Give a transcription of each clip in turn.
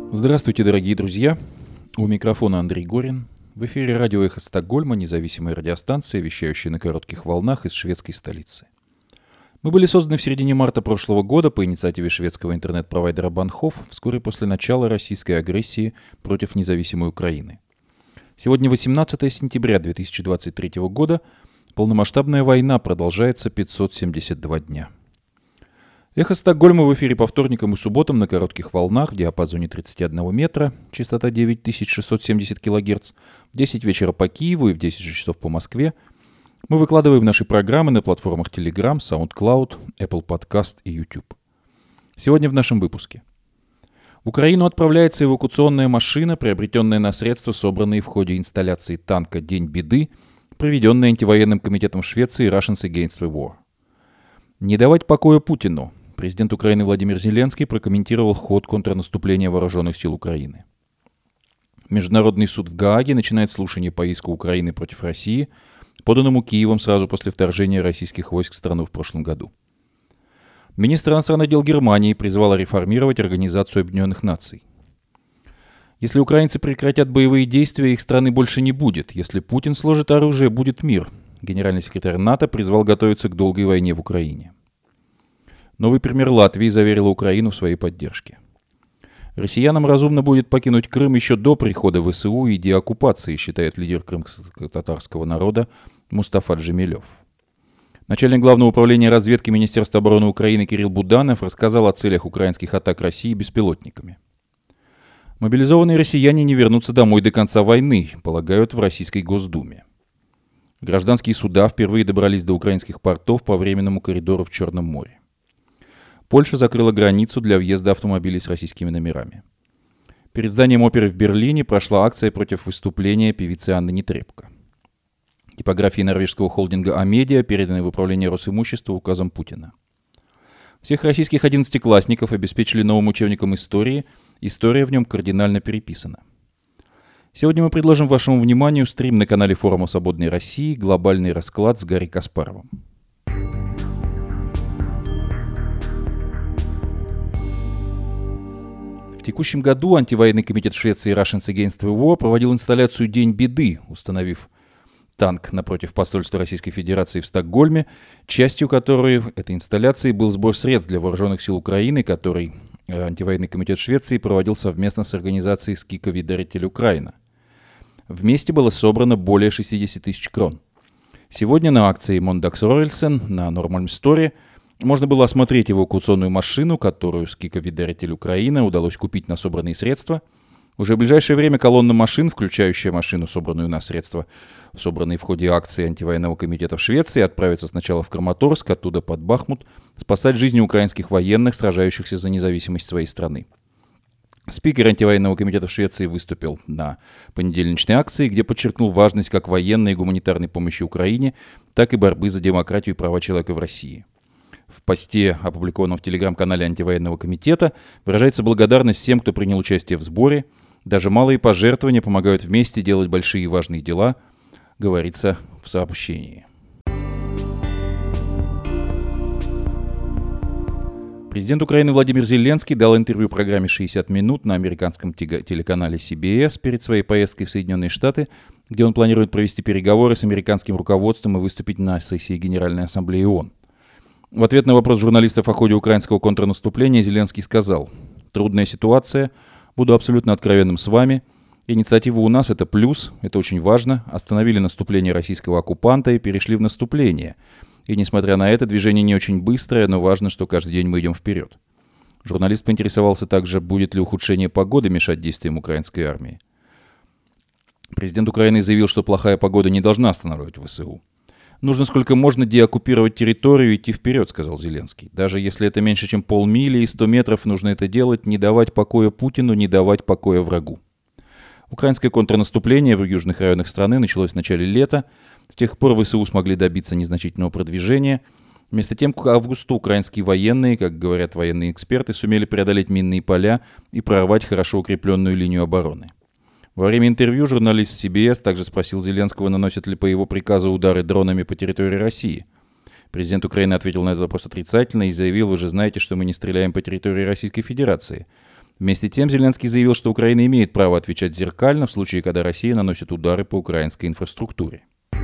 Здравствуйте, дорогие друзья! У микрофона Андрей Горин. В эфире радио «Эхо Стокгольма», независимая радиостанция, вещающая на коротких волнах из шведской столицы. Мы были созданы в середине марта прошлого года по инициативе шведского интернет-провайдера Банхоф вскоре после начала российской агрессии против независимой Украины. Сегодня 18 сентября 2023 года. Полномасштабная война продолжается 572 дня. Эхо Стокгольма в эфире по вторникам и субботам на коротких волнах в диапазоне 31 метра, частота 9670 кГц, в 10 вечера по Киеву и в 10 часов по Москве. Мы выкладываем наши программы на платформах Telegram, SoundCloud, Apple Podcast и YouTube. Сегодня в нашем выпуске. В Украину отправляется эвакуационная машина, приобретенная на средства, собранные в ходе инсталляции танка «День беды», проведенной антивоенным комитетом Швеции Russians Against the War. Не давать покоя Путину. Президент Украины Владимир Зеленский прокомментировал ход контрнаступления вооруженных сил Украины. Международный суд в Гааге начинает слушание по иску Украины против России, поданному Киевом сразу после вторжения российских войск в страну в прошлом году. Министр иностранных дел Германии призвал реформировать Организацию Объединенных Наций. Если украинцы прекратят боевые действия, их страны больше не будет. Если Путин сложит оружие, будет мир. Генеральный секретарь НАТО призвал готовиться к долгой войне в Украине. Новый премьер Латвии заверил Украину в своей поддержке. Россиянам разумно будет покинуть Крым еще до прихода ВСУ и деоккупации, считает лидер крымско-татарского народа Мустафа Джемилев. Начальник Главного управления разведки Министерства обороны Украины Кирилл Буданов рассказал о целях украинских атак России беспилотниками. Мобилизованные россияне не вернутся домой до конца войны, полагают в Российской Госдуме. Гражданские суда впервые добрались до украинских портов по временному коридору в Черном море. Польша закрыла границу для въезда автомобилей с российскими номерами. Перед зданием оперы в Берлине прошла акция против выступления певицы Анны Нетребко. Типографии норвежского холдинга «Амедиа» переданы в управление Росимущества указом Путина. Всех российских 11-классников обеспечили новым учебником истории. История в нем кардинально переписана. Сегодня мы предложим вашему вниманию стрим на канале Форума Свободной России «Глобальный расклад» с Гарри Каспаровым. В текущем году антивоенный комитет Швеции Russians Against the War проводил инсталляцию «День беды», установив танк напротив посольства Российской Федерации в Стокгольме, частью которой этой инсталляции был сбор средств для вооруженных сил Украины, который антивоенный комитет Швеции проводил совместно с организацией «Skika Vidarитель Украина». Вместе было собрано более 60 тысяч крон. Сегодня на акции Монdags Rörelsen на Нормальмсторе можно было осмотреть эвакуационную машину, которую Skika Vidaritelь Украина удалось купить на собранные средства. Уже в ближайшее время колонна машин, включающая машину, собранную на средства, собранные в ходе акции антивоенного комитета в Швеции, отправится сначала в Краматорск, оттуда под Бахмут, спасать жизни украинских военных, сражающихся за независимость своей страны. Спикер антивоенного комитета в Швеции выступил на понедельничной акции, где подчеркнул важность как военной и гуманитарной помощи Украине, так и борьбы за демократию и права человека в России. В посте, опубликованном в телеграм-канале антивоенного комитета, выражается благодарность всем, кто принял участие в сборе. Даже малые пожертвования помогают вместе делать большие и важные дела, говорится в сообщении. Президент Украины Владимир Зеленский дал интервью программе «60 минут» на американском телеканале CBS перед своей поездкой в Соединенные Штаты, где он планирует провести переговоры с американским руководством и выступить на сессии Генеральной Ассамблеи ООН. В ответ на вопрос журналистов о ходе украинского контрнаступления Зеленский сказал: «Трудная ситуация, буду абсолютно откровенным с вами. Инициатива у нас – это плюс, это очень важно. Остановили наступление российского оккупанта и перешли в наступление. И несмотря на это, движение не очень быстрое, но важно, что каждый день мы идем вперед». Журналист поинтересовался также, будет ли ухудшение погоды мешать действиям украинской армии. Президент Украины заявил, что плохая погода не должна останавливать ВСУ. «Нужно сколько можно деоккупировать территорию и идти вперед», — сказал Зеленский. «Даже если это меньше, чем полмили и 100 метров, нужно это делать, не давать покоя Путину, не давать покоя врагу». Украинское контрнаступление в южных районах страны началось в начале лета. С тех пор ВСУ смогли добиться незначительного продвижения. Вместо тем, к августу украинские военные, как говорят военные эксперты, сумели преодолеть минные поля и прорвать хорошо укрепленную линию обороны. Во время интервью журналист CBS также спросил Зеленского, наносят ли по его приказу удары дронами по территории России. Президент Украины ответил на этот вопрос отрицательно и заявил: «Вы же знаете, что мы не стреляем по территории Российской Федерации. Вместе с тем Зеленский заявил, что Украина имеет право отвечать зеркально в случае, когда Россия наносит удары по украинской инфраструктуре.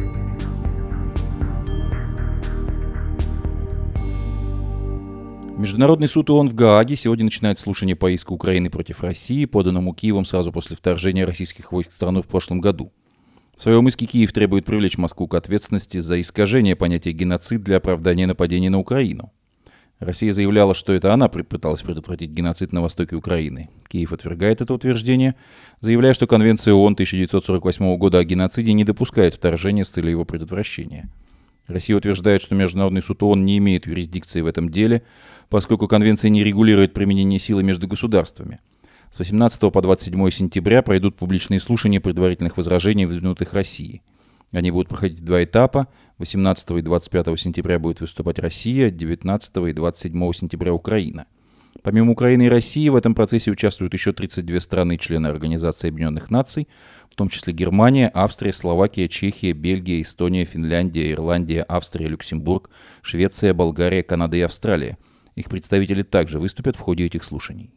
Международный суд ООН в Гааге сегодня начинает слушание по иску Украины против России, поданному Киевом сразу после вторжения российских войск в страну в прошлом году. В своем иске Киев требует привлечь Москву к ответственности за искажение понятия геноцид для оправдания нападения на Украину. Россия заявляла, что это она пыталась предотвратить геноцид на востоке Украины. Киев отвергает это утверждение, заявляя, что Конвенция ООН 1948 года о геноциде не допускает вторжения с целью его предотвращения. Россия утверждает, что Международный суд ООН не имеет юрисдикции в этом деле, поскольку Конвенция не регулирует применение силы между государствами. С 18 по 27 сентября пройдут публичные слушания предварительных возражений, выдвинутых Россией. Они будут проходить в два этапа. 18 и 25 сентября будет выступать Россия, 19 и 27 сентября Украина. Помимо Украины и России в этом процессе участвуют еще 32 страны-члены Организации Объединенных Наций, в том числе Германия, Австрия, Словакия, Чехия, Бельгия, Эстония, Финляндия, Ирландия, Австрия, Люксембург, Швеция, Болгария, Канада и Австралия. Их представители также выступят в ходе этих слушаний.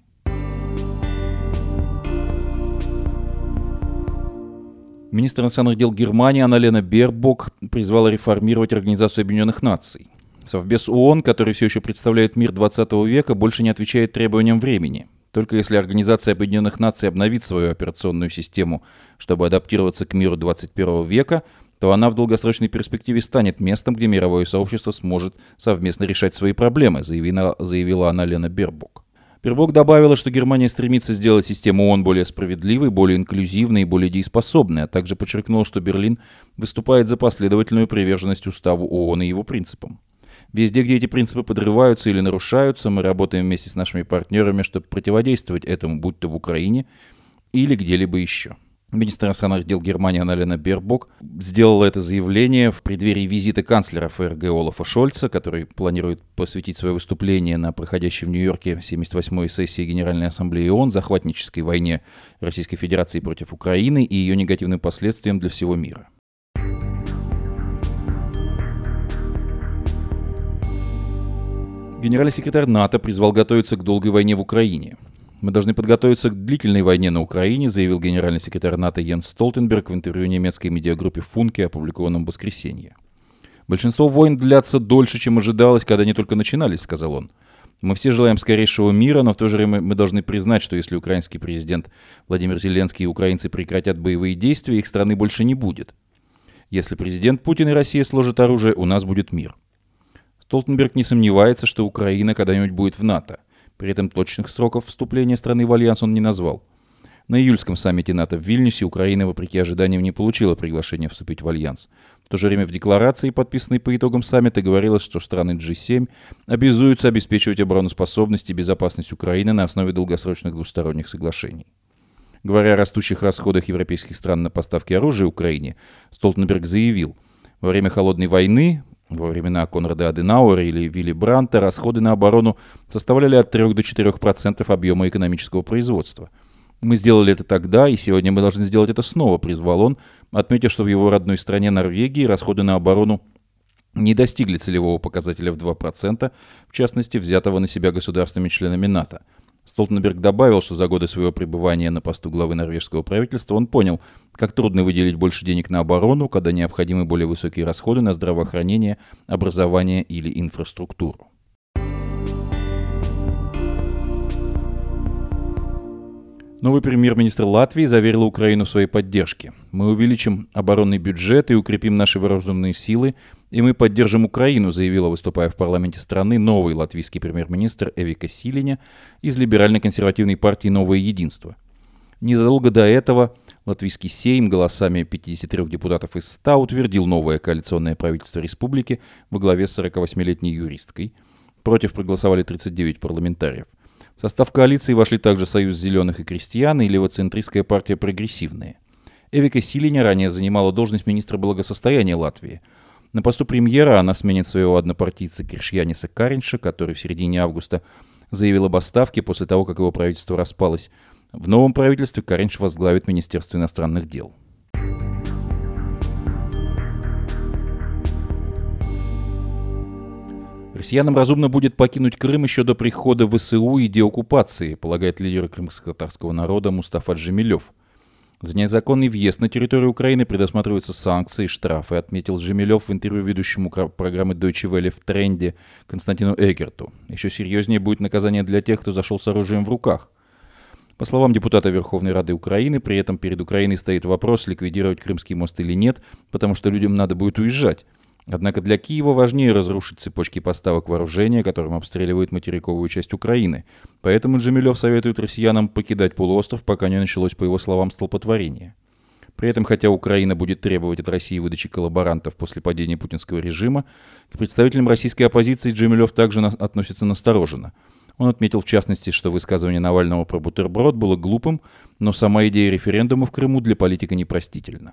Министр иностранных дел Германии Анна-Лена Бербок призвала реформировать Организацию Объединенных Наций. Совбез ООН, который все еще представляет мир 20 века, больше не отвечает требованиям времени. Только если Организация Объединенных Наций обновит свою операционную систему, чтобы адаптироваться к миру 21 века, то она в долгосрочной перспективе станет местом, где мировое сообщество сможет совместно решать свои проблемы, заявила Анна-Лена Бербок. Бербок добавила, что Германия стремится сделать систему ООН более справедливой, более инклюзивной и более дееспособной, а также подчеркнула, что Берлин выступает за последовательную приверженность Уставу ООН и его принципам. Везде, где эти принципы подрываются или нарушаются, мы работаем вместе с нашими партнерами, чтобы противодействовать этому, будь то в Украине или где-либо еще. Министр иностранных дел Германии Анна-Лена Бербок сделала это заявление в преддверии визита канцлера ФРГ Олафа Шольца, который планирует посвятить свое выступление на проходящей в Нью-Йорке 78-й сессии Генеральной Ассамблеи ООН захватнической войне Российской Федерации против Украины и ее негативным последствиям для всего мира. Генеральный секретарь НАТО призвал готовиться к долгой войне в Украине. «Мы должны подготовиться к длительной войне на Украине», заявил генеральный секретарь НАТО Йенс Столтенберг в интервью немецкой медиагруппе «Функе», опубликованном в воскресенье. «Большинство войн длятся дольше, чем ожидалось, когда они только начинались», — сказал он. «Мы все желаем скорейшего мира, но в то же время мы должны признать, что если украинский президент Владимир Зеленский и украинцы прекратят боевые действия, их страны больше не будет. Если президент Путин и Россия сложат оружие, у нас будет мир». Столтенберг не сомневается, что Украина когда-нибудь будет в НАТО. При этом точных сроков вступления страны в альянс он не назвал. На июльском саммите НАТО в Вильнюсе Украина, вопреки ожиданиям, не получила приглашения вступить в альянс. В то же время в декларации, подписанной по итогам саммита, говорилось, что страны G7 обязуются обеспечивать обороноспособность и безопасность Украины на основе долгосрочных двусторонних соглашений. Говоря о растущих расходах европейских стран на поставки оружия Украине, Столтенберг заявил, во время Холодной войны, во времена Конрада Аденауэра или Вилли Бранта расходы на оборону составляли от 3 до 4% объема экономического производства. «Мы сделали это тогда, и сегодня мы должны сделать это снова», — призвал он, отметив, что в его родной стране Норвегии расходы на оборону не достигли целевого показателя в 2%, в частности, взятого на себя государствами-членами НАТО. Столтенберг добавил, что за годы своего пребывания на посту главы норвежского правительства он понял, как трудно выделить больше денег на оборону, когда необходимы более высокие расходы на здравоохранение, образование или инфраструктуру. Новый премьер-министр Латвии заверил Украину в своей поддержке. «Мы увеличим оборонный бюджет и укрепим наши вооруженные силы, и мы поддержим Украину», заявила, выступая в парламенте страны, новый латвийский премьер-министр Эвика Силиня из либерально-консервативной партии «Новое единство». Незадолго до этого латвийский Сейм голосами 53 депутатов из 100 утвердил новое коалиционное правительство республики во главе с 48-летней юристкой. Против проголосовали 39 парламентариев. В состав коалиции вошли также Союз зеленых и крестьян и левоцентристская партия «Прогрессивные». Эвика Силиня ранее занимала должность министра благосостояния Латвии. На посту премьера она сменит своего однопартийца Кришьяниса Каринша, который в середине августа заявил об отставке после того, как его правительство распалось. В новом правительстве Каринш возглавит Министерство иностранных дел. Россиянам разумно будет покинуть Крым еще до прихода ВСУ и деоккупации, полагает лидер крымско-татарского народа Мустафа Джемилев. За незаконный въезд на территорию Украины предусматриваются санкции и штрафы, отметил Джемилев в интервью ведущему программы Deutsche Welle в тренде Константину Эгерту. Еще серьезнее будет наказание для тех, кто зашел с оружием в руках. По словам депутата Верховной Рады Украины, при этом перед Украиной стоит вопрос, ликвидировать Крымский мост или нет, потому что людям надо будет уезжать. Однако для Киева важнее разрушить цепочки поставок вооружения, которым обстреливают материковую часть Украины. Поэтому Джемилев советует россиянам покидать полуостров, пока не началось, по его словам, столпотворение. При этом, хотя Украина будет требовать от России выдачи коллаборантов после падения путинского режима, к представителям российской оппозиции Джемилев также относится настороженно. Он отметил, в частности, что высказывание Навального про бутерброд было глупым, но сама идея референдума в Крыму для политика непростительна.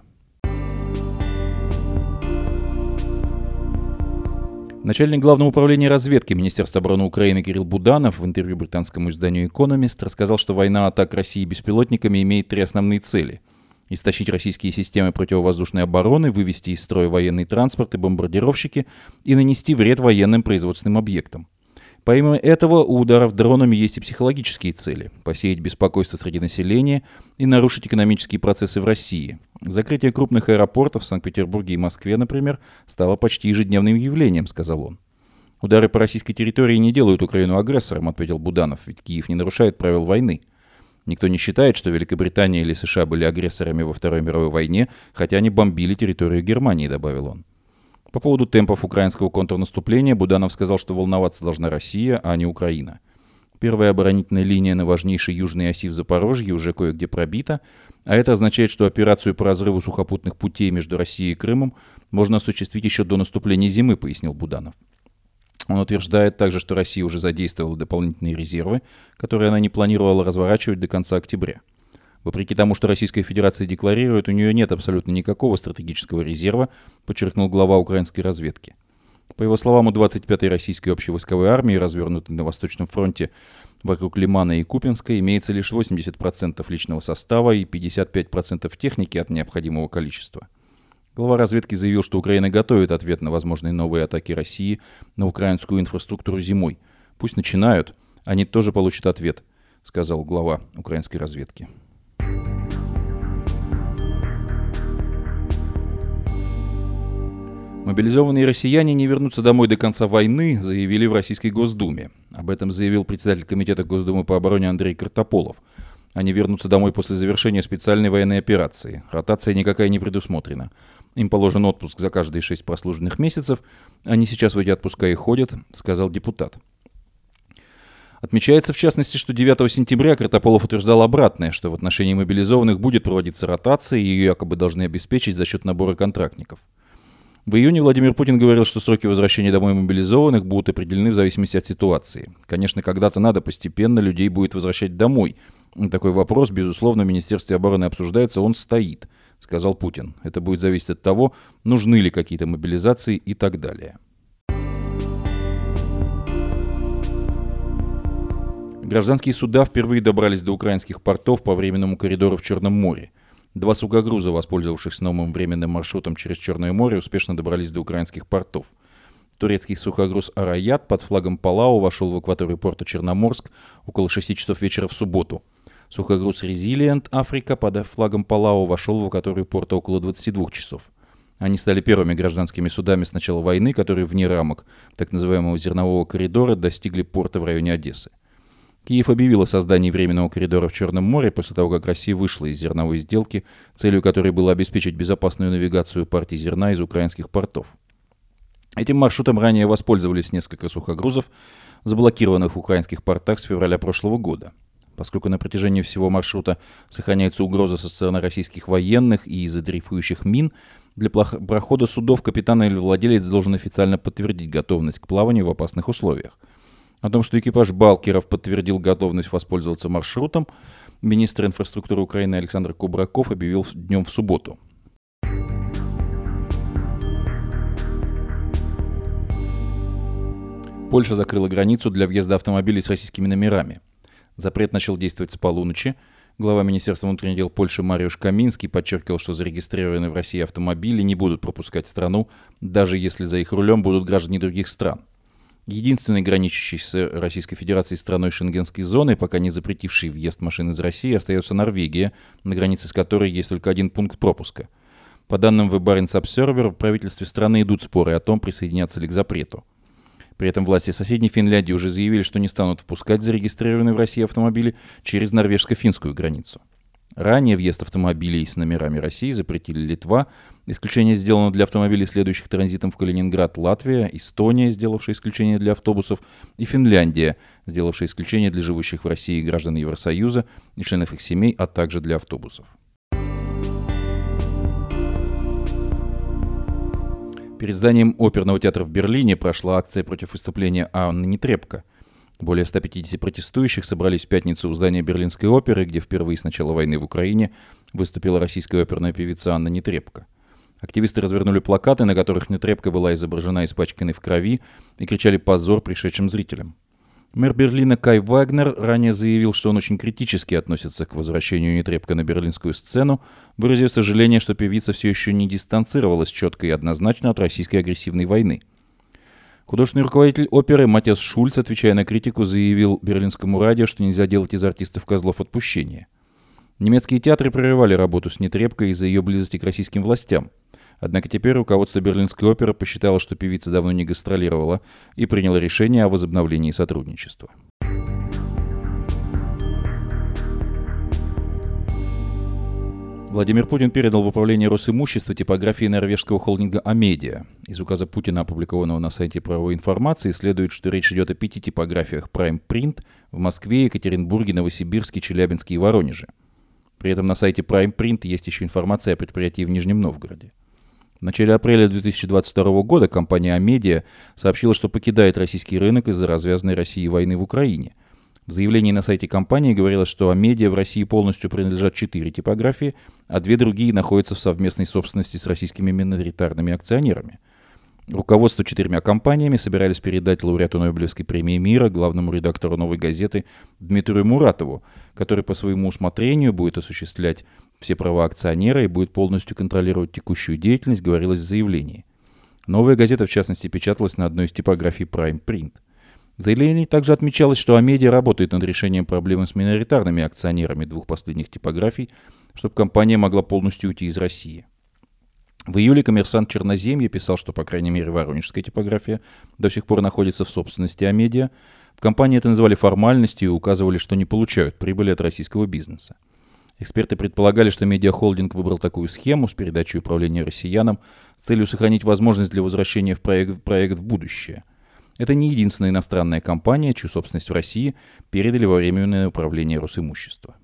Начальник Главного управления разведки Министерства обороны Украины Кирилл Буданов в интервью британскому изданию «Экономист» рассказал, что война атак России беспилотниками имеет три основные цели: истощить российские системы противовоздушной обороны, вывести из строя военный транспорт и бомбардировщики и нанести вред военным производственным объектам. Помимо этого, у ударов дронами есть и психологические цели – посеять беспокойство среди населения и нарушить экономические процессы в России. Закрытие крупных аэропортов в Санкт-Петербурге и Москве, например, стало почти ежедневным явлением, сказал он. Удары по российской территории не делают Украину агрессором, ответил Буданов, ведь Киев не нарушает правил войны. Никто не считает, что Великобритания или США были агрессорами во Второй мировой войне, хотя они бомбили территорию Германии, добавил он. По поводу темпов украинского контрнаступления Буданов сказал, что волноваться должна Россия, а не Украина. Первая оборонительная линия на важнейшей южной оси в Запорожье уже кое-где пробита, а это означает, что операцию по разрыву сухопутных путей между Россией и Крымом можно осуществить еще до наступления зимы, пояснил Буданов. Он утверждает также, что Россия уже задействовала дополнительные резервы, которые она не планировала разворачивать до конца октября. Вопреки тому, что Российская Федерация декларирует, у нее нет абсолютно никакого стратегического резерва, подчеркнул глава украинской разведки. По его словам, у 25-й российской общевойсковой армии, развернутой на Восточном фронте вокруг Лимана и Купянска, имеется лишь 80% личного состава и 55% техники от необходимого количества. Глава разведки заявил, что Украина готовит ответ на возможные новые атаки России на украинскую инфраструктуру зимой. Пусть начинают, они тоже получат ответ, сказал глава украинской разведки. Мобилизованные россияне не вернутся домой до конца войны, заявили в Российской Госдуме. Об этом заявил председатель Комитета Госдумы по обороне Андрей Картополов. Они вернутся домой после завершения специальной военной операции. Ротация никакая не предусмотрена. Им положен отпуск за каждые 6 прослуженных месяцев. Они сейчас в эти отпуска и ходят, сказал депутат. Отмечается, в частности, что 9 сентября Картополов утверждал обратное, что в отношении мобилизованных будет проводиться ротация, и ее якобы должны обеспечить за счет набора контрактников. В июне Владимир Путин говорил, что сроки возвращения домой мобилизованных будут определены в зависимости от ситуации. Конечно, когда-то надо постепенно людей будет возвращать домой. Такой вопрос, безусловно, в Министерстве обороны обсуждается, он стоит, сказал Путин. Это будет зависеть от того, нужны ли какие-то мобилизации и так далее. Гражданские суда впервые добрались до украинских портов по временному коридору в Черном море. 2 сухогруза, воспользовавшись новым временным маршрутом через Черное море, успешно добрались до украинских портов. Турецкий сухогруз «Араят» под флагом Палау вошел в акваторию порта Черноморск около 6 часов вечера в субботу. Сухогруз «Резилиент» Африка под флагом Палау вошел в акваторию порта около 22 часов. Они стали первыми гражданскими судами с начала войны, которые вне рамок так называемого зернового коридора достигли порта в районе Одессы. Киев объявил о создании временного коридора в Черном море после того, как Россия вышла из зерновой сделки, целью которой было обеспечить безопасную навигацию партий зерна из украинских портов. Этим маршрутом ранее воспользовались несколько сухогрузов, заблокированных в украинских портах с февраля прошлого года. Поскольку на протяжении всего маршрута сохраняется угроза со стороны российских военных и из-за дрейфующих мин, для прохода судов капитан или владелец должен официально подтвердить готовность к плаванию в опасных условиях. О том, что экипаж «Балкеров» подтвердил готовность воспользоваться маршрутом, министр инфраструктуры Украины Александр Кубраков объявил днем в субботу. Польша закрыла границу для въезда автомобилей с российскими номерами. Запрет начал действовать с полуночи. Глава Министерства внутренних дел Польши Мариуш Каминский подчеркивал, что зарегистрированные в России автомобили не будут пропускать страну, даже если за их рулем будут граждане других стран. Единственной граничащей с Российской Федерацией страной Шенгенской зоны, пока не запретившей въезд машин из России, остается Норвегия, на границе с которой есть только один пункт пропуска. По данным в Barents Observer, в правительстве страны идут споры о том, присоединяться ли к запрету. При этом власти соседней Финляндии уже заявили, что не станут впускать зарегистрированные в России автомобили через норвежско-финскую границу. Ранее въезд автомобилей с номерами России запретили Литва. Исключение сделано для автомобилей, следующих транзитом в Калининград, Латвия, Эстония, сделавшая исключение для автобусов, и Финляндия, сделавшая исключение для живущих в России граждан Евросоюза и членов их семей, а также для автобусов. Перед зданием оперного театра в Берлине прошла акция против выступления Анны Нетребко. Более 150 протестующих собрались в пятницу у здания Берлинской оперы, где впервые с начала войны в Украине выступила российская оперная певица Анна Нетребко. Активисты развернули плакаты, на которых Нетребко была изображена испачканной в крови, и кричали «позор» пришедшим зрителям. Мэр Берлина Кай Вагнер ранее заявил, что он очень критически относится к возвращению Нетребко на берлинскую сцену, выразив сожаление, что певица все еще не дистанцировалась четко и однозначно от российской агрессивной войны. Художественный руководитель оперы Матиас Шульц, отвечая на критику, заявил берлинскому радио, что нельзя делать из артистов козлов отпущения. Немецкие театры прерывали работу с Нетребко из-за ее близости к российским властям. Однако теперь руководство Берлинской оперы посчитало, что певица давно не гастролировала, и приняло решение о возобновлении сотрудничества. Владимир Путин передал в управление Росимущества типографии норвежского холдинга Амедиа. Из указа Путина, опубликованного на сайте правовой информации, следует, что речь идет о 5 типографиях Prime Print в Москве, Екатеринбурге, Новосибирске, Челябинске и Воронеже. При этом на сайте Prime Print есть еще информация о предприятии в Нижнем Новгороде. В начале апреля 2022 года компания Амедиа сообщила, что покидает российский рынок из-за развязанной Россией войны в Украине. В заявлении на сайте компании говорилось, что Амедиа в России полностью принадлежат 4 типографии, а 2 другие находятся в совместной собственности с российскими миноритарными акционерами. Руководство 4 компаниями собирались передать лауреату Нобелевской премии мира, главному редактору «Новой газеты» Дмитрию Муратову, который по своему усмотрению будет осуществлять все права акционера и будет полностью контролировать текущую деятельность, говорилось в заявлении. «Новая газета», в частности, печаталась на одной из типографий Prime Print. В заявлении также отмечалось, что Амедиа работает над решением проблемы с миноритарными акционерами 2 последних типографий, чтобы компания могла полностью уйти из России. В июле «Коммерсант Черноземья» писал, что, по крайней мере, воронежская типография до сих пор находится в собственности Амедиа. В компании это называли формальностью и указывали, что не получают прибыли от российского бизнеса. Эксперты предполагали, что медиахолдинг выбрал такую схему с передачей управления россиянам с целью сохранить возможность для возвращения в проект в будущее. Это не единственная иностранная компания, чью собственность в России передали во временное управление Росимущества.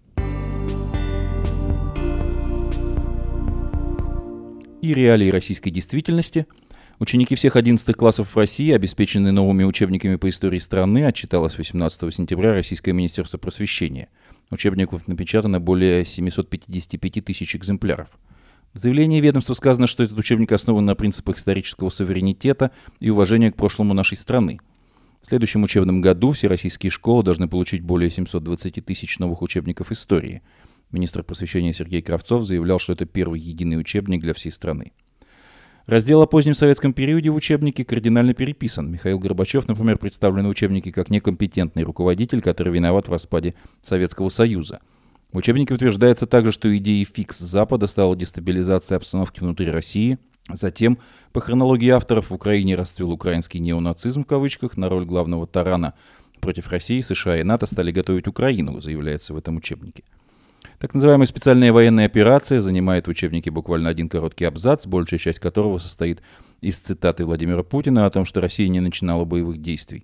И реалии российской действительности. Ученики всех 11 классов в России, обеспеченные новыми учебниками по истории страны, отчиталось 18 сентября Российское Министерство просвещения. Учебников напечатано более 755 тысяч экземпляров. В заявлении ведомства сказано, что этот учебник основан на принципах исторического суверенитета и уважения к прошлому нашей страны. В следующем учебном году все российские школы должны получить более 720 тысяч новых учебников истории. Министр просвещения Сергей Кравцов заявлял, что это первый единый учебник для всей страны. Раздел о позднем советском периоде в учебнике кардинально переписан. Михаил Горбачев, например, представлен в учебнике как некомпетентный руководитель, который виноват в распаде Советского Союза. В учебнике утверждается также, что идеей фикс Запада стала дестабилизация обстановки внутри России. Затем, по хронологии авторов, в Украине расцвел украинский неонацизм в кавычках, на роль главного тарана против России, США и НАТО стали готовить Украину, заявляется в этом учебнике. Так называемая специальная военная операция занимает в учебнике буквально один короткий абзац, большая часть которого состоит из цитаты Владимира Путина о том, что Россия не начинала боевых действий.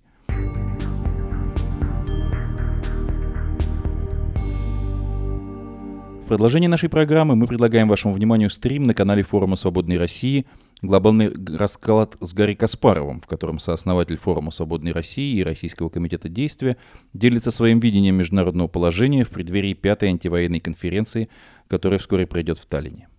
В продолжении нашей программы мы предлагаем вашему вниманию стрим на канале форума «Свободной России» «Глобальный расклад» с Гарри Каспаровым, в котором сооснователь форума «Свободной России» и Российского комитета действия делится своим видением международного положения в преддверии 5-й антивоенной конференции, которая вскоре пройдет в Таллине.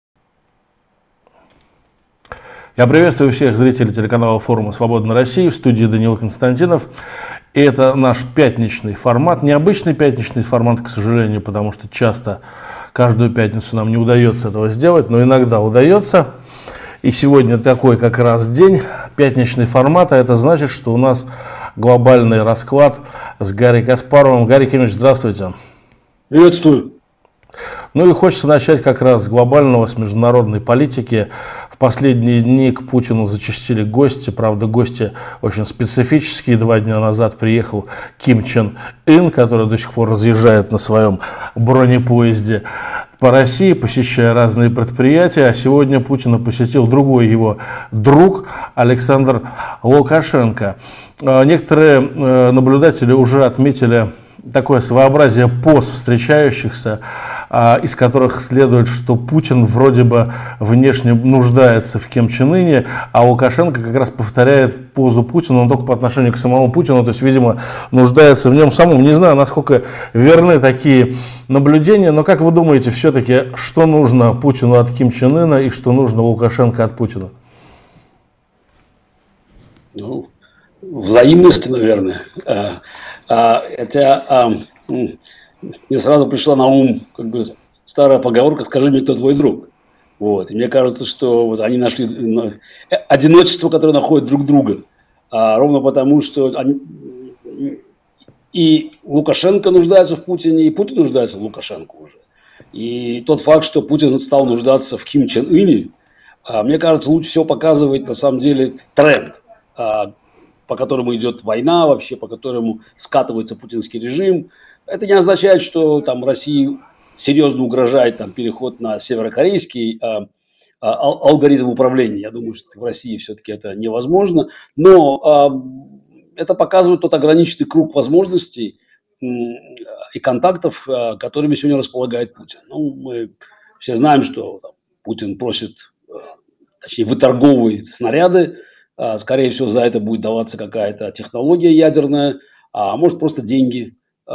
Я приветствую всех зрителей телеканала форума «Свободной России», в студии Даниил Константинов. И это наш пятничный формат, необычный пятничный формат, к сожалению, потому что часто каждую пятницу нам не удается этого сделать, но иногда удается. И сегодня такой как раз день. пятничный формат, а это значит, что у нас глобальный расклад с Гарри Каспаровым. Гарри Кимович, здравствуйте. Приветствую. Ну и хочется начать как раз с глобального, с международной политики. В последние дни к Путину зачастили гости, правда, гости очень специфические. 2 дня назад приехал Ким Чен Ын, который до сих пор разъезжает на своем бронепоезде по России, посещая разные предприятия. А сегодня Путина посетил другой его друг Александр Лукашенко. Некоторые наблюдатели уже отметили такое своеобразие поз встречающихся, из которых следует, что Путин вроде бы внешне нуждается в Ким Чен Ыне, а Лукашенко как раз повторяет позу Путина, но только по отношению к самому Путину, то есть, видимо, нуждается в нем самом. Не знаю, насколько верны такие наблюдения, но как вы думаете, все-таки, что нужно Путину от Ким Чен Ына и что нужно Лукашенко от Путина? Ну, взаимности, наверное. Хотя мне сразу пришла на ум старая поговорка «скажи мне, кто твой друг». Вот. И мне кажется, что вот они нашли одиночество, которое находит друг друга. Ровно потому, что и Лукашенко нуждается в Путине, и Путин нуждается в Лукашенко уже. И тот факт, что Путин стал нуждаться в Ким Чен Ыне, мне кажется, лучше всего показывает на самом деле тренд, по которому идет война вообще, по которому скатывается путинский режим. Это не означает, что там России серьезно угрожает там переход на северокорейский алгоритм управления. Я думаю, что в России все-таки это невозможно. Но это показывает тот ограниченный круг возможностей и контактов, которыми сегодня располагает Путин. Ну, мы все знаем, что там, Путин просит, точнее выторговывает снаряды. Скорее всего, за это будет даваться какая-то технология ядерная, а может просто деньги.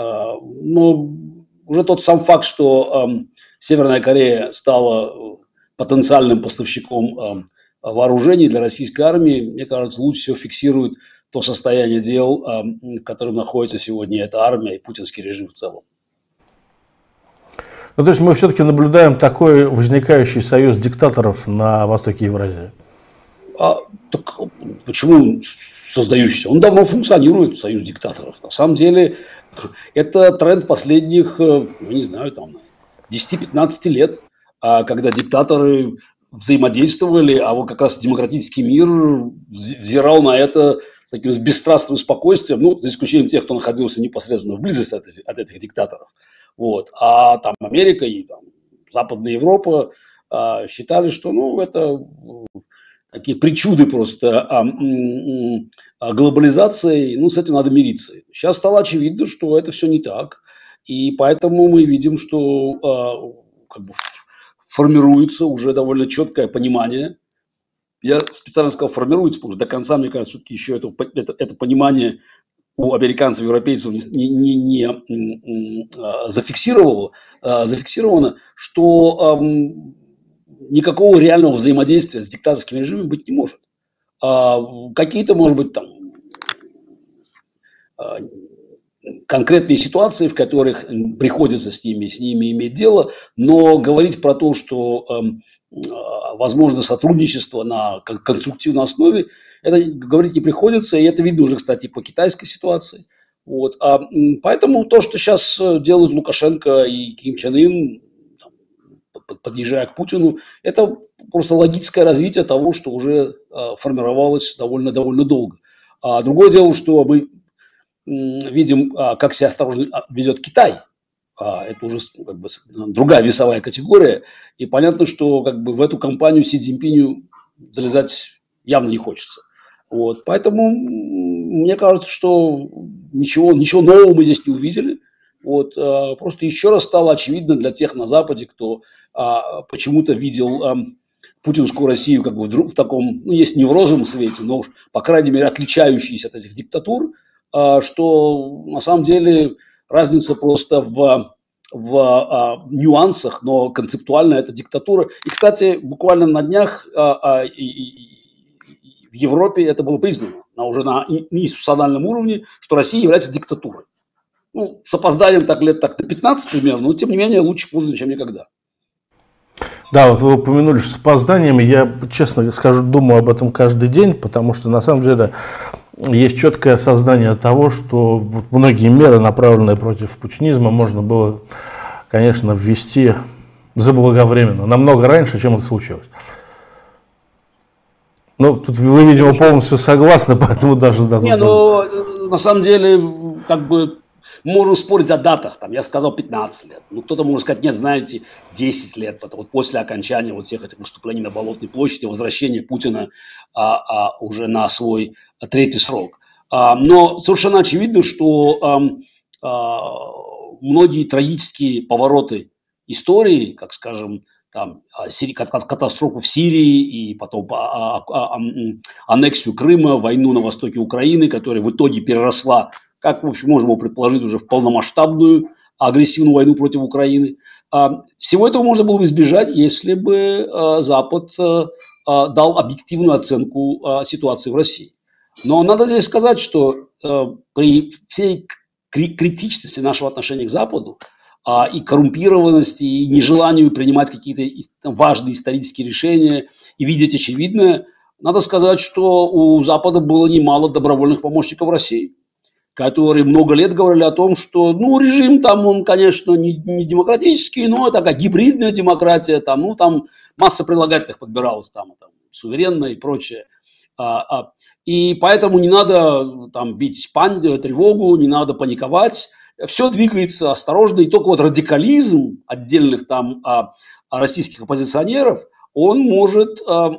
Но уже тот сам факт, что Северная Корея стала потенциальным поставщиком вооружений для российской армии, мне кажется, лучше всего фиксирует то состояние дел, в котором находится сегодня эта армия и путинский режим в целом. Ну, то есть мы все-таки наблюдаем такой возникающий союз диктаторов на востоке Евразии. Так почему создающийся? Он давно функционирует, союз диктаторов. На самом деле, это тренд последних, не знаю, там, 10-15 лет, когда диктаторы взаимодействовали, а вот как раз демократический мир взирал на это с таким бесстрастным спокойствием, ну, за исключением тех, кто находился непосредственно в близости от этих диктаторов. Вот. А там Америка и там, Западная Европа считали, что, ну, это такие причуды просто глобализации, ну, с этим надо мириться. Сейчас стало очевидно, что это все не так, и поэтому мы видим, что формируется уже довольно четкое понимание. Я специально сказал формируется, потому что до конца, мне кажется, все-таки еще это понимание у американцев, европейцев не зафиксировано, что никакого реального взаимодействия с диктаторским режимом быть не может. Какие-то, может быть, там конкретные ситуации, в которых приходится с ними иметь дело, но говорить про то, что возможно сотрудничество на конструктивной основе, это говорить не приходится, и это видно уже, кстати, по китайской ситуации. Вот. Поэтому то, что сейчас делают Лукашенко и Ким Чен Ын, подъезжая к Путину, это просто логическое развитие того, что уже формировалось довольно долго. Другое дело, что мы видим, как себя осторожно ведет Китай. Это уже другая весовая категория. И понятно, что в эту кампанию Си Цзиньпиню залезать явно не хочется. Вот. Поэтому мне кажется, что ничего нового мы здесь не увидели. Вот. Просто еще раз стало очевидно для тех на Западе, кто почему-то видел путинскую Россию в таком, ну, есть не в розовом свете, но уж, по крайней мере, отличающейся от этих диктатур, что на самом деле разница просто в нюансах, но концептуально это диктатура. И, кстати, буквально на днях в Европе это было признано уже на институциональном уровне, что Россия является диктатурой. Ну, с опозданием лет на 15 примерно, но тем не менее лучше поздно, чем никогда. Да, вот вы упомянули, что с опозданиями, я, честно скажу, думаю об этом каждый день, потому что, на самом деле, есть четкое осознание того, что вот многие меры, направленные против путинизма, можно было, конечно, ввести заблаговременно, намного раньше, чем это случилось. Ну, тут вы, видимо, полностью согласны, поэтому даже... Да, не, ну, на самом деле, как бы, можем спорить о датах, там, я сказал 15 лет, ну, кто-то может сказать, нет, знаете, 10 лет, потому вот после окончания вот всех этих выступлений на Болотной площади, возвращения Путина уже на свой третий срок. Но совершенно очевидно, что многие трагические повороты истории, как, скажем, там, катастрофу в Сирии и потом аннексию Крыма, войну на востоке Украины, которая в итоге переросла, как, в общем, можно было предположить, уже в полномасштабную агрессивную войну против Украины. Всего этого можно было бы избежать, если бы Запад дал объективную оценку ситуации в России. Но надо здесь сказать, что при всей критичности нашего отношения к Западу, и коррумпированности, и нежеланию принимать какие-то важные исторические решения и видеть очевидное, надо сказать, что у Запада было немало добровольных помощников России, которые много лет говорили о том, что, ну, режим там, он, конечно, не демократический, но такая гибридная демократия, там, ну, там масса прилагательных подбиралась, там суверенная и прочее. И поэтому не надо там бить тревогу, не надо паниковать. Все двигается осторожно, и только вот радикализм отдельных там российских оппозиционеров, он может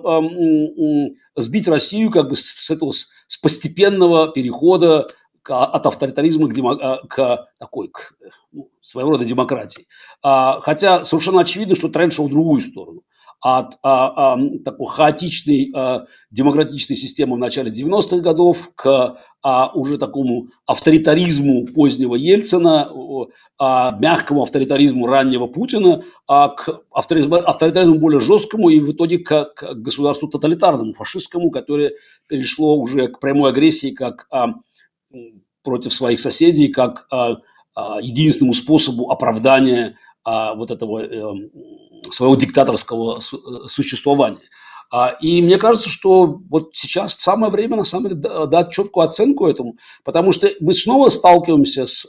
сбить Россию как бы с постепенного перехода от авторитаризма к своего рода демократии. Хотя совершенно очевидно, что тренд шел в другую сторону. От такой хаотичной демократической системы в начале 90-х годов к уже такому авторитаризму позднего Ельцина, мягкому авторитаризму раннего Путина, к авторитаризму более жесткому и в итоге к государству тоталитарному, фашистскому, которое перешло уже к прямой агрессии как против своих соседей, как единственному способу оправдания вот этого своего диктаторского существования. И мне кажется, что вот сейчас самое время, на самом деле, дать четкую оценку этому, потому что мы снова сталкиваемся с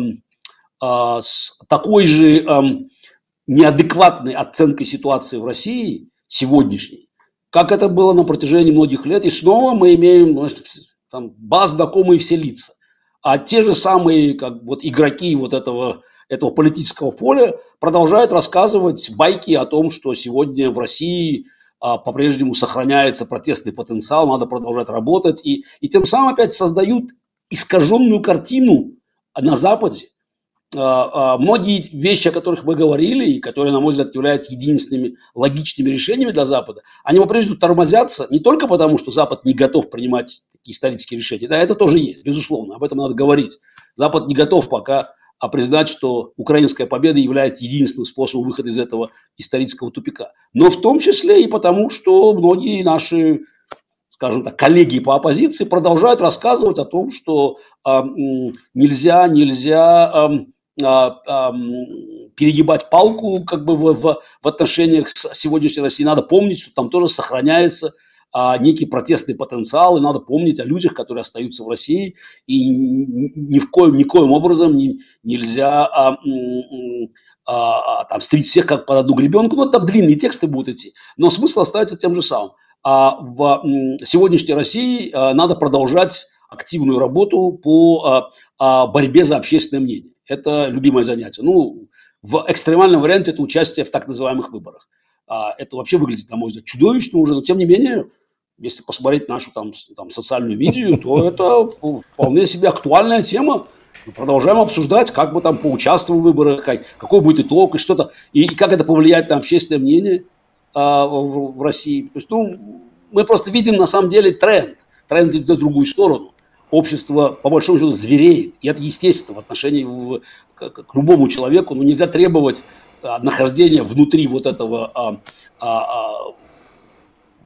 такой же неадекватной оценкой ситуации в России сегодняшней, как это было на протяжении многих лет. И снова мы имеем, значит, там, баз знакомые все лица. А те же самые как, вот, игроки вот этого политического поля продолжают рассказывать байки о том, что сегодня в России по-прежнему сохраняется протестный потенциал, надо продолжать работать. И тем самым опять создают искаженную картину на Западе. Многие вещи, о которых мы говорили, и которые, на мой взгляд, являются единственными логичными решениями для Запада, они по-прежнему тормозятся не только потому, что Запад не готов принимать такие исторические решения. Да, это тоже есть, безусловно, об этом надо говорить. Запад не готов пока признать, что украинская победа является единственным способом выхода из этого исторического тупика. Но в том числе и потому, что многие наши, скажем так, коллеги по оппозиции продолжают рассказывать о том, что нельзя перегибать палку как бы в отношениях с сегодняшней Россией. Надо помнить, что там тоже сохраняется некий протестный потенциал, и надо помнить о людях, которые остаются в России, и никоим образом нельзя там стричь всех как под одну гребенку. Ну, там длинные тексты будут идти, но смысл остается тем же самым. В сегодняшней России надо продолжать активную работу по борьбе за общественное мнение. Это любимое занятие. Ну, в экстремальном варианте это участие в так называемых выборах. Это вообще выглядит, на мой взгляд, чудовищно уже, но тем не менее, если посмотреть нашу там социальную медиа, то это вполне себе актуальная тема. Мы продолжаем обсуждать, как бы там поучаствовать в выборах, какой будет итог и что-то, и как это повлияет на общественное мнение в России. То есть, ну, мы просто видим на самом деле тренд идет в другую сторону. Общество, по большому счету, звереет, и это естественно в отношении к любому человеку. Но нельзя требовать нахождения внутри вот этого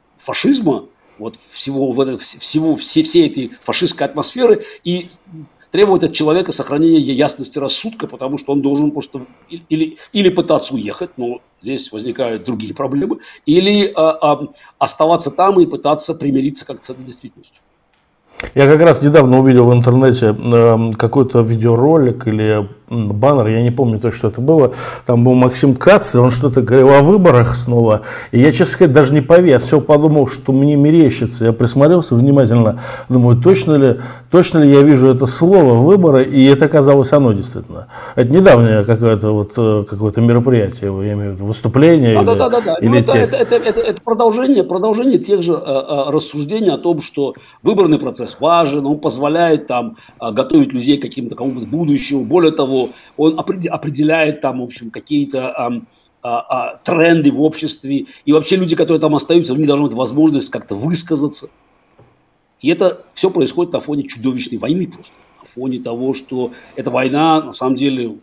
фашизма, вот всей этой фашистской атмосферы, и требовать от человека сохранения ясности рассудка, потому что он должен просто или пытаться уехать, но здесь возникают другие проблемы, или оставаться там и пытаться примириться как-то с этой действительностью. Я как раз недавно увидел в интернете какой-то видеоролик или баннер, я не помню точно, что это было. Там был Максим Кац, и он что-то говорил о выборах снова. И я, честно сказать, даже не поверил. Я все подумал, что мне мерещится. Я присмотрелся внимательно, думаю, точно ли я вижу это слово «выборы», и это оказалось оно действительно. Это недавнее какое-то мероприятие, я имею в виду выступление или текст. Это продолжение тех же рассуждений о том, что выборный процесс важен, он позволяет там готовить людей к какому-то будущему. Более того, он определяет там, в общем, какие-то тренды в обществе. И вообще люди, которые там остаются, они должны иметь возможность как-то высказаться. И это все происходит на фоне чудовищной войны просто. На фоне того, что эта война, на самом деле,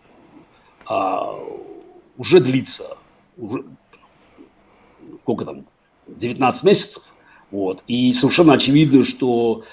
уже длится. Сколько там? 19 месяцев. Вот. И совершенно очевидно, что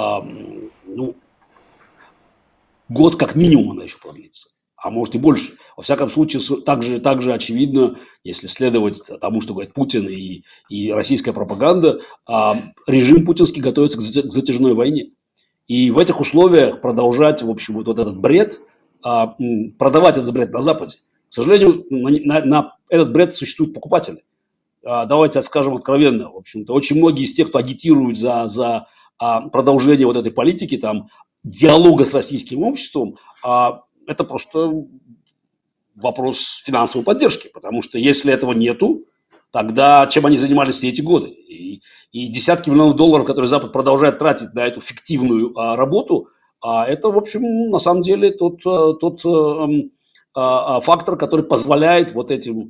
год как минимум она еще продлится, а может и больше. Во всяком случае, также очевидно, если следовать тому, что говорит Путин и российская пропаганда, режим путинский готовится к затяжной войне. И в этих условиях продолжать, в общем, вот этот бред, продавать этот бред на Западе. К сожалению, на этот бред существуют покупатели. Давайте скажем откровенно, в общем-то, очень многие из тех, кто агитирует за продолжение вот этой политики, там, диалога с российским обществом, это просто вопрос финансовой поддержки, потому что если этого нету, тогда чем они занимались все эти годы? И десятки миллионов долларов, которые Запад продолжает тратить на эту фиктивную работу, это, в общем, на самом деле тот фактор, который позволяет вот этим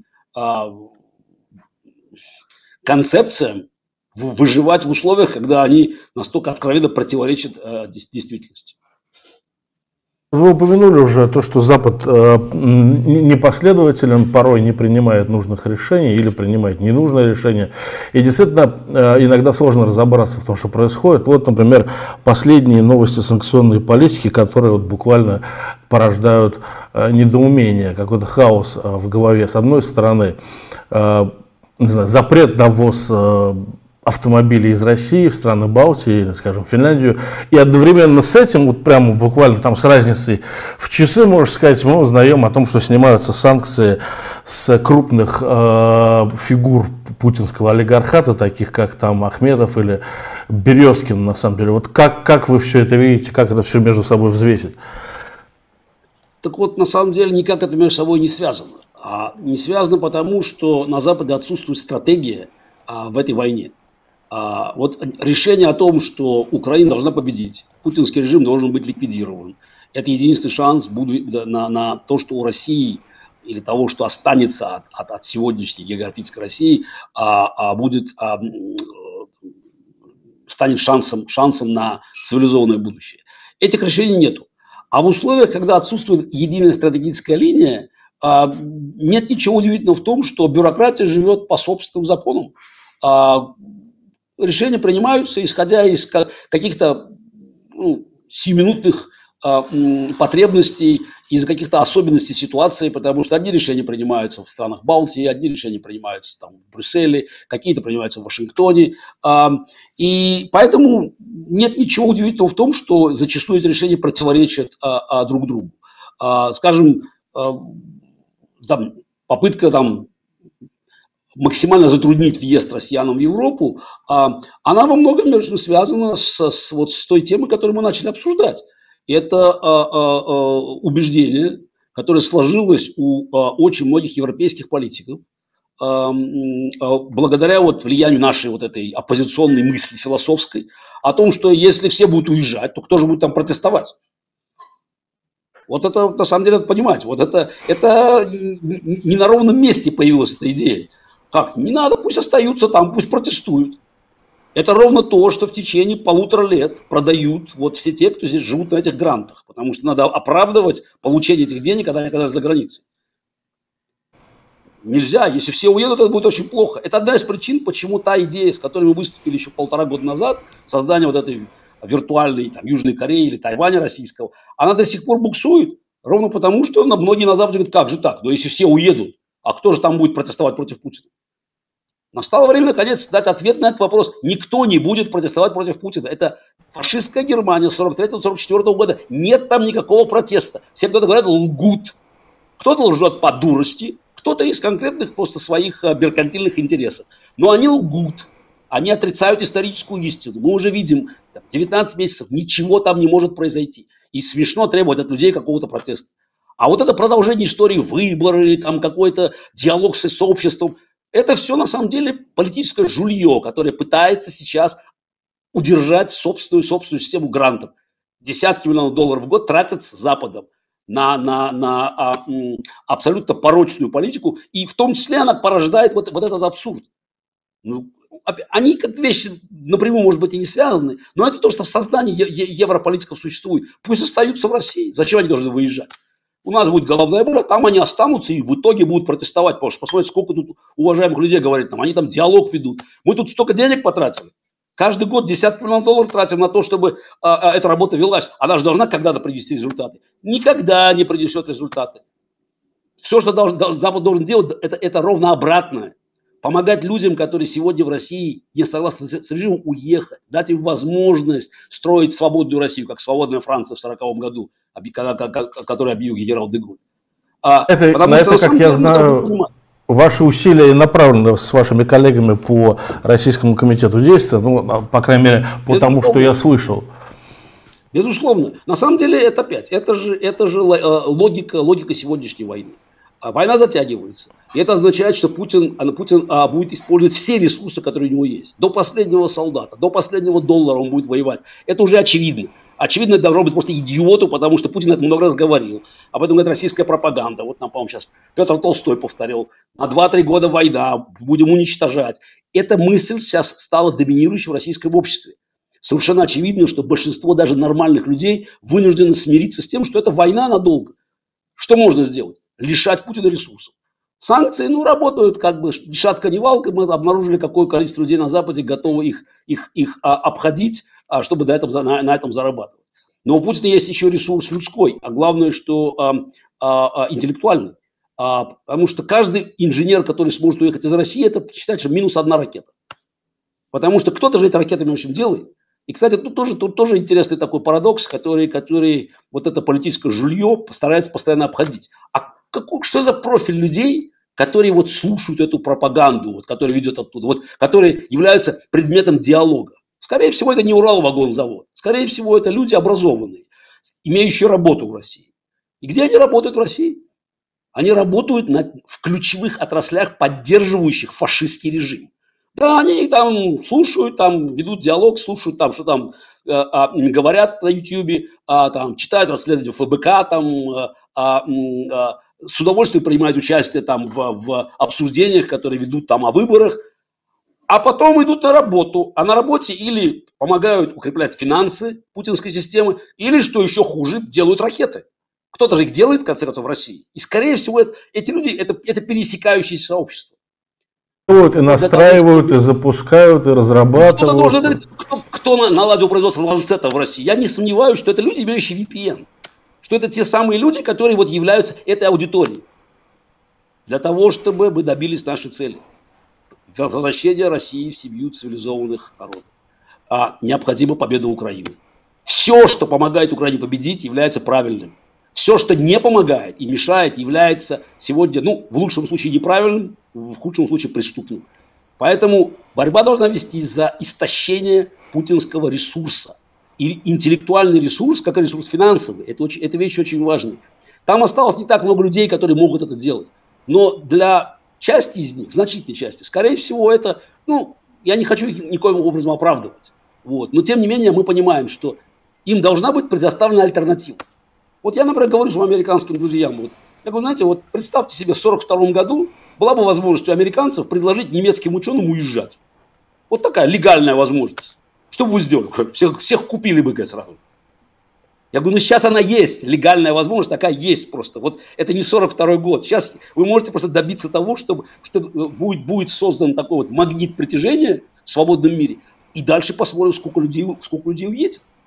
концепциям выживать в условиях, когда они настолько откровенно противоречат действительности. Вы упомянули уже то, что Запад непоследователен, порой не принимает нужных решений или принимает ненужные решения. И действительно, иногда сложно разобраться в том, что происходит. Вот, например, последние новости санкционной политики, которые вот буквально порождают недоумение, какой-то хаос в голове. С одной стороны, не знаю, запрет на ввоз автомобилей из России в страны Балтии, скажем, в Финляндию. И одновременно с этим, вот прямо буквально там с разницей в часы, можно сказать, мы узнаем о том, что снимаются санкции с крупных фигур путинского олигархата, таких как там Ахметов или Березкин, на самом деле. Вот как вы все это видите, как это все между собой взвесить? Так вот, на самом деле, никак это между собой не связано. Не связано потому, что на Западе отсутствует стратегия в этой войне. Вот решение о том, что Украина должна победить, путинский режим должен быть ликвидирован, это единственный шанс на то, что у России или того, что останется от сегодняшней географической России, станет шансом на цивилизованное будущее. Этих решений нету. А в условиях, когда отсутствует единая стратегическая линия, нет ничего удивительного в том, что бюрократия живет по собственным законам. Решения принимаются, исходя из каких-то сиюминутных потребностей, из-за каких-то особенностей ситуации, потому что одни решения принимаются в странах Балтии, одни решения принимаются там в Брюсселе, какие-то принимаются в Вашингтоне. И поэтому нет ничего удивительного в том, что зачастую эти решения противоречат друг другу. Скажем, попытка максимально затруднить въезд россиянам в Европу, она во многом, между прочим, связана с той темой, которую мы начали обсуждать. Это убеждение, которое сложилось у очень многих европейских политиков, благодаря влиянию нашей этой оппозиционной мысли философской, о том, что если все будут уезжать, то кто же будет там протестовать? Вот это, на самом деле, надо понимать. Вот это не на ровном месте появилась эта идея. Как? Не надо, пусть остаются там, пусть протестуют. Это ровно то, что в течение 1,5 лет продают все те, кто здесь живут на этих грантах. Потому что надо оправдывать получение этих денег, когда они оказались за границей. Нельзя, если все уедут, это будет очень плохо. Это одна из причин, почему та идея, с которой мы выступили еще 1,5 года назад, создание этой виртуальной там, Южной Кореи или Тайваня российского, она до сих пор буксует. Ровно потому, что многие на Западе говорят, как же так? Но если все уедут, а кто же там будет протестовать против Путина? Настало время, наконец, дать ответ на этот вопрос. Никто не будет протестовать против Путина. Это фашистская Германия 43-44 года. Нет там никакого протеста. Все, кто-то говорят, лгут. Кто-то лжет по дурости, кто-то из конкретных просто своих меркантильных интересов. Но они лгут. Они отрицают историческую истину. Мы уже видим, 19 месяцев, ничего там не может произойти. И смешно требовать от людей какого-то протеста. А вот это продолжение истории, выборы, там какой-то диалог с сообществом, это все на самом деле политическое жулье, которое пытается сейчас удержать собственную систему грантов. Десятки миллионов долларов в год тратятся Западом на абсолютно порочную политику, и в том числе она порождает вот этот абсурд. Ну, они как вещи напрямую, может быть, и не связаны, но это то, что в сознании европолитиков существует. Пусть остаются в России. Зачем они должны выезжать? У нас будет головная боль, там они останутся и в итоге будут протестовать. Потому что посмотрите, сколько тут уважаемых людей говорит, там, они там диалог ведут. Мы тут столько денег потратили. Каждый год десятки миллионов долларов тратим на то, чтобы эта работа велась. Она же должна когда-то принести результаты. Никогда не принесет результаты. Все, что Запад должен делать, это ровно обратное. Помогать людям, которые сегодня в России не согласны с режимом, уехать. Дать им возможность строить свободную Россию, как свободная Франция в 1940 году, который объявил генерал де Голль. Как я знаю, ваши усилия направлены с вашими коллегами по Российскому комитету действия, ну, по крайней мере, по тому, что я слышал. Безусловно. На самом деле это же логика сегодняшней войны. Война затягивается. И это означает, что Путин будет использовать все ресурсы, которые у него есть. До последнего солдата, до последнего доллара он будет воевать. Это уже очевидно. Очевидно, это должно быть просто идиоту, потому что Путин это много раз говорил. Об этом говорит российская пропаганда. Вот нам, по-моему, сейчас Петр Толстой повторил. На 2-3 года война, будем уничтожать. Эта мысль сейчас стала доминирующей в российском обществе. Совершенно очевидно, что большинство даже нормальных людей вынуждены смириться с тем, что это война надолго. Что можно сделать? Лишать Путина ресурсов. Санкции, работают как бы шатка-невалка. Мы обнаружили, какое количество людей на Западе готовы их обходить, чтобы на этом зарабатывать. Но у Путина есть еще ресурс людской, а главное, что интеллектуальный. Потому что каждый инженер, который сможет уехать из России, это считает, что минус одна ракета. Потому что кто-то же эти ракетами, в общем, делает. И, кстати, тут тоже интересный такой парадокс, который вот это политическое жулье старается постоянно обходить. А что за профиль людей, которые вот слушают эту пропаганду, вот, которая ведет оттуда, вот, которые являются предметом диалога? Скорее всего, это не Уралвагонзавод. Скорее всего, это люди образованные, имеющие работу в России. И где они работают в России? Они работают в ключевых отраслях, поддерживающих фашистский режим. Да, они там слушают, там ведут диалог, слушают там, что там говорят на Ютьюбе, там читают расследования ФБК, там с удовольствием принимают участие там в обсуждениях, которые ведут там о выборах, а потом идут на работу. А на работе или помогают укреплять финансы путинской системы, или, что еще хуже, делают ракеты. Кто-то же их делает, в конце концов, в России. И, скорее всего, эти люди, это пересекающиеся сообщества. И настраивают, и запускают, и разрабатывают. Кто наладил производство ланцетов в России? Я не сомневаюсь, что это люди, имеющие VPN. Что это те самые люди, которые вот являются этой аудиторией. Для того, чтобы мы добились нашей цели. Возвращение России в семью цивилизованных народов. Необходима победа Украины. Все, что помогает Украине победить, является правильным. Все, что не помогает и мешает, является сегодня, в лучшем случае неправильным, в худшем случае преступным. Поэтому борьба должна вестись за истощение путинского ресурса. И интеллектуальный ресурс, как и ресурс финансовый, это вещь очень важная. Там осталось не так много людей, которые могут это делать. Но для части из них, значительной части, скорее всего, это, я не хочу их никоим образом оправдывать. Вот. Но тем не менее мы понимаем, что им должна быть предоставлена альтернатива. Вот я, например, говорю своим американским друзьям, я говорю, знаете, вот представьте себе, в 1942 году была бы возможность у американцев предложить немецким ученым уезжать. Вот такая легальная возможность. Что бы вы сделали? Всех купили бы сразу. Я говорю, сейчас она есть, легальная возможность такая есть просто. Вот это не 1942 год. Сейчас вы можете просто добиться того, что будет создан такой вот магнит притяжения в свободном мире. И дальше посмотрим, сколько людей уедет.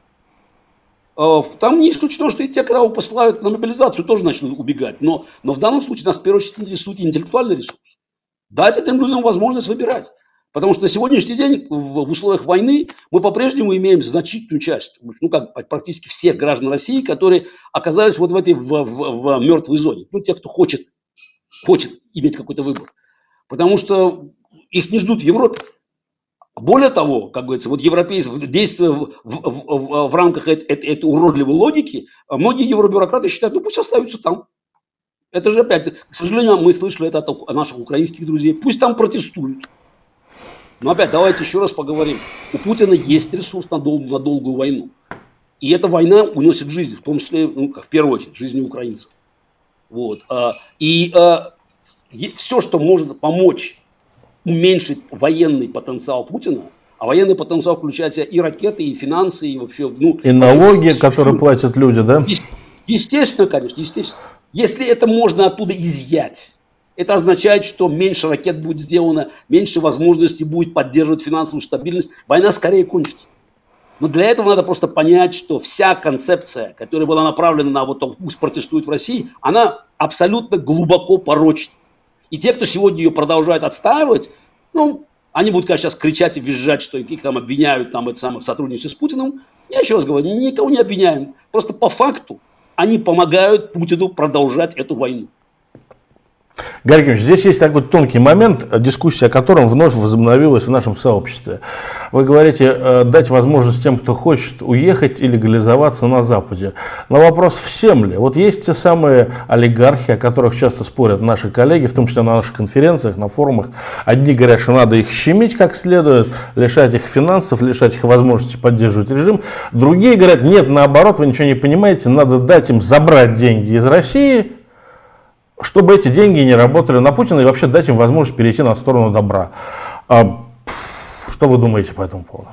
Там не исключено, что и те, кого посылают на мобилизацию, тоже начнут убегать. Но в данном случае нас в первую очередь интересует интеллектуальный ресурс. Дать этим людям возможность выбирать. Потому что на сегодняшний день в условиях войны мы по-прежнему имеем значительную часть, практически всех граждан России, которые оказались вот в этой в мертвой зоне. Те, кто хочет иметь какой-то выбор. Потому что их не ждут в Европе. Более того, как говорится, вот европейские действия в рамках этой уродливой логики, многие евробюрократы считают, пусть остаются там. Это же опять, к сожалению, мы слышали это от наших украинских друзей, пусть там протестуют. Но опять, давайте еще раз поговорим. У Путина есть ресурс на долгую войну. И эта война уносит жизнь, в том числе, в первую очередь, жизни украинцев. Вот. И все, что может помочь уменьшить военный потенциал Путина, а военный потенциал включает в себя и ракеты, и финансы, и вообще... и налоги, которые платят люди, да? Естественно, конечно, естественно. Если это можно оттуда изъять, это означает, что меньше ракет будет сделано, меньше возможностей будет поддерживать финансовую стабильность. Война скорее кончится. Но для этого надо просто понять, что вся концепция, которая была направлена на вот пусть протестуют в России, она абсолютно глубоко порочна. И те, кто сегодня ее продолжает отстаивать, они будут, конечно, сейчас кричать и визжать, что их там обвиняют в сотрудничестве с Путиным. Я еще раз говорю, никого не обвиняем. Просто по факту они помогают Путину продолжать эту войну. Гарри Кимович, здесь есть такой тонкий момент, дискуссия о котором вновь возобновилась в нашем сообществе. Вы говорите, дать возможность тем, кто хочет уехать и легализоваться на Западе. Но вопрос, всем ли? Вот есть те самые олигархи, о которых часто спорят наши коллеги, в том числе на наших конференциях, на форумах. Одни говорят, что надо их щемить как следует, лишать их финансов, лишать их возможности поддерживать режим. Другие говорят, нет, наоборот, вы ничего не понимаете, надо дать им забрать деньги из России, чтобы эти деньги не работали на Путина и вообще дать им возможность перейти на сторону добра. Что вы думаете по этому поводу?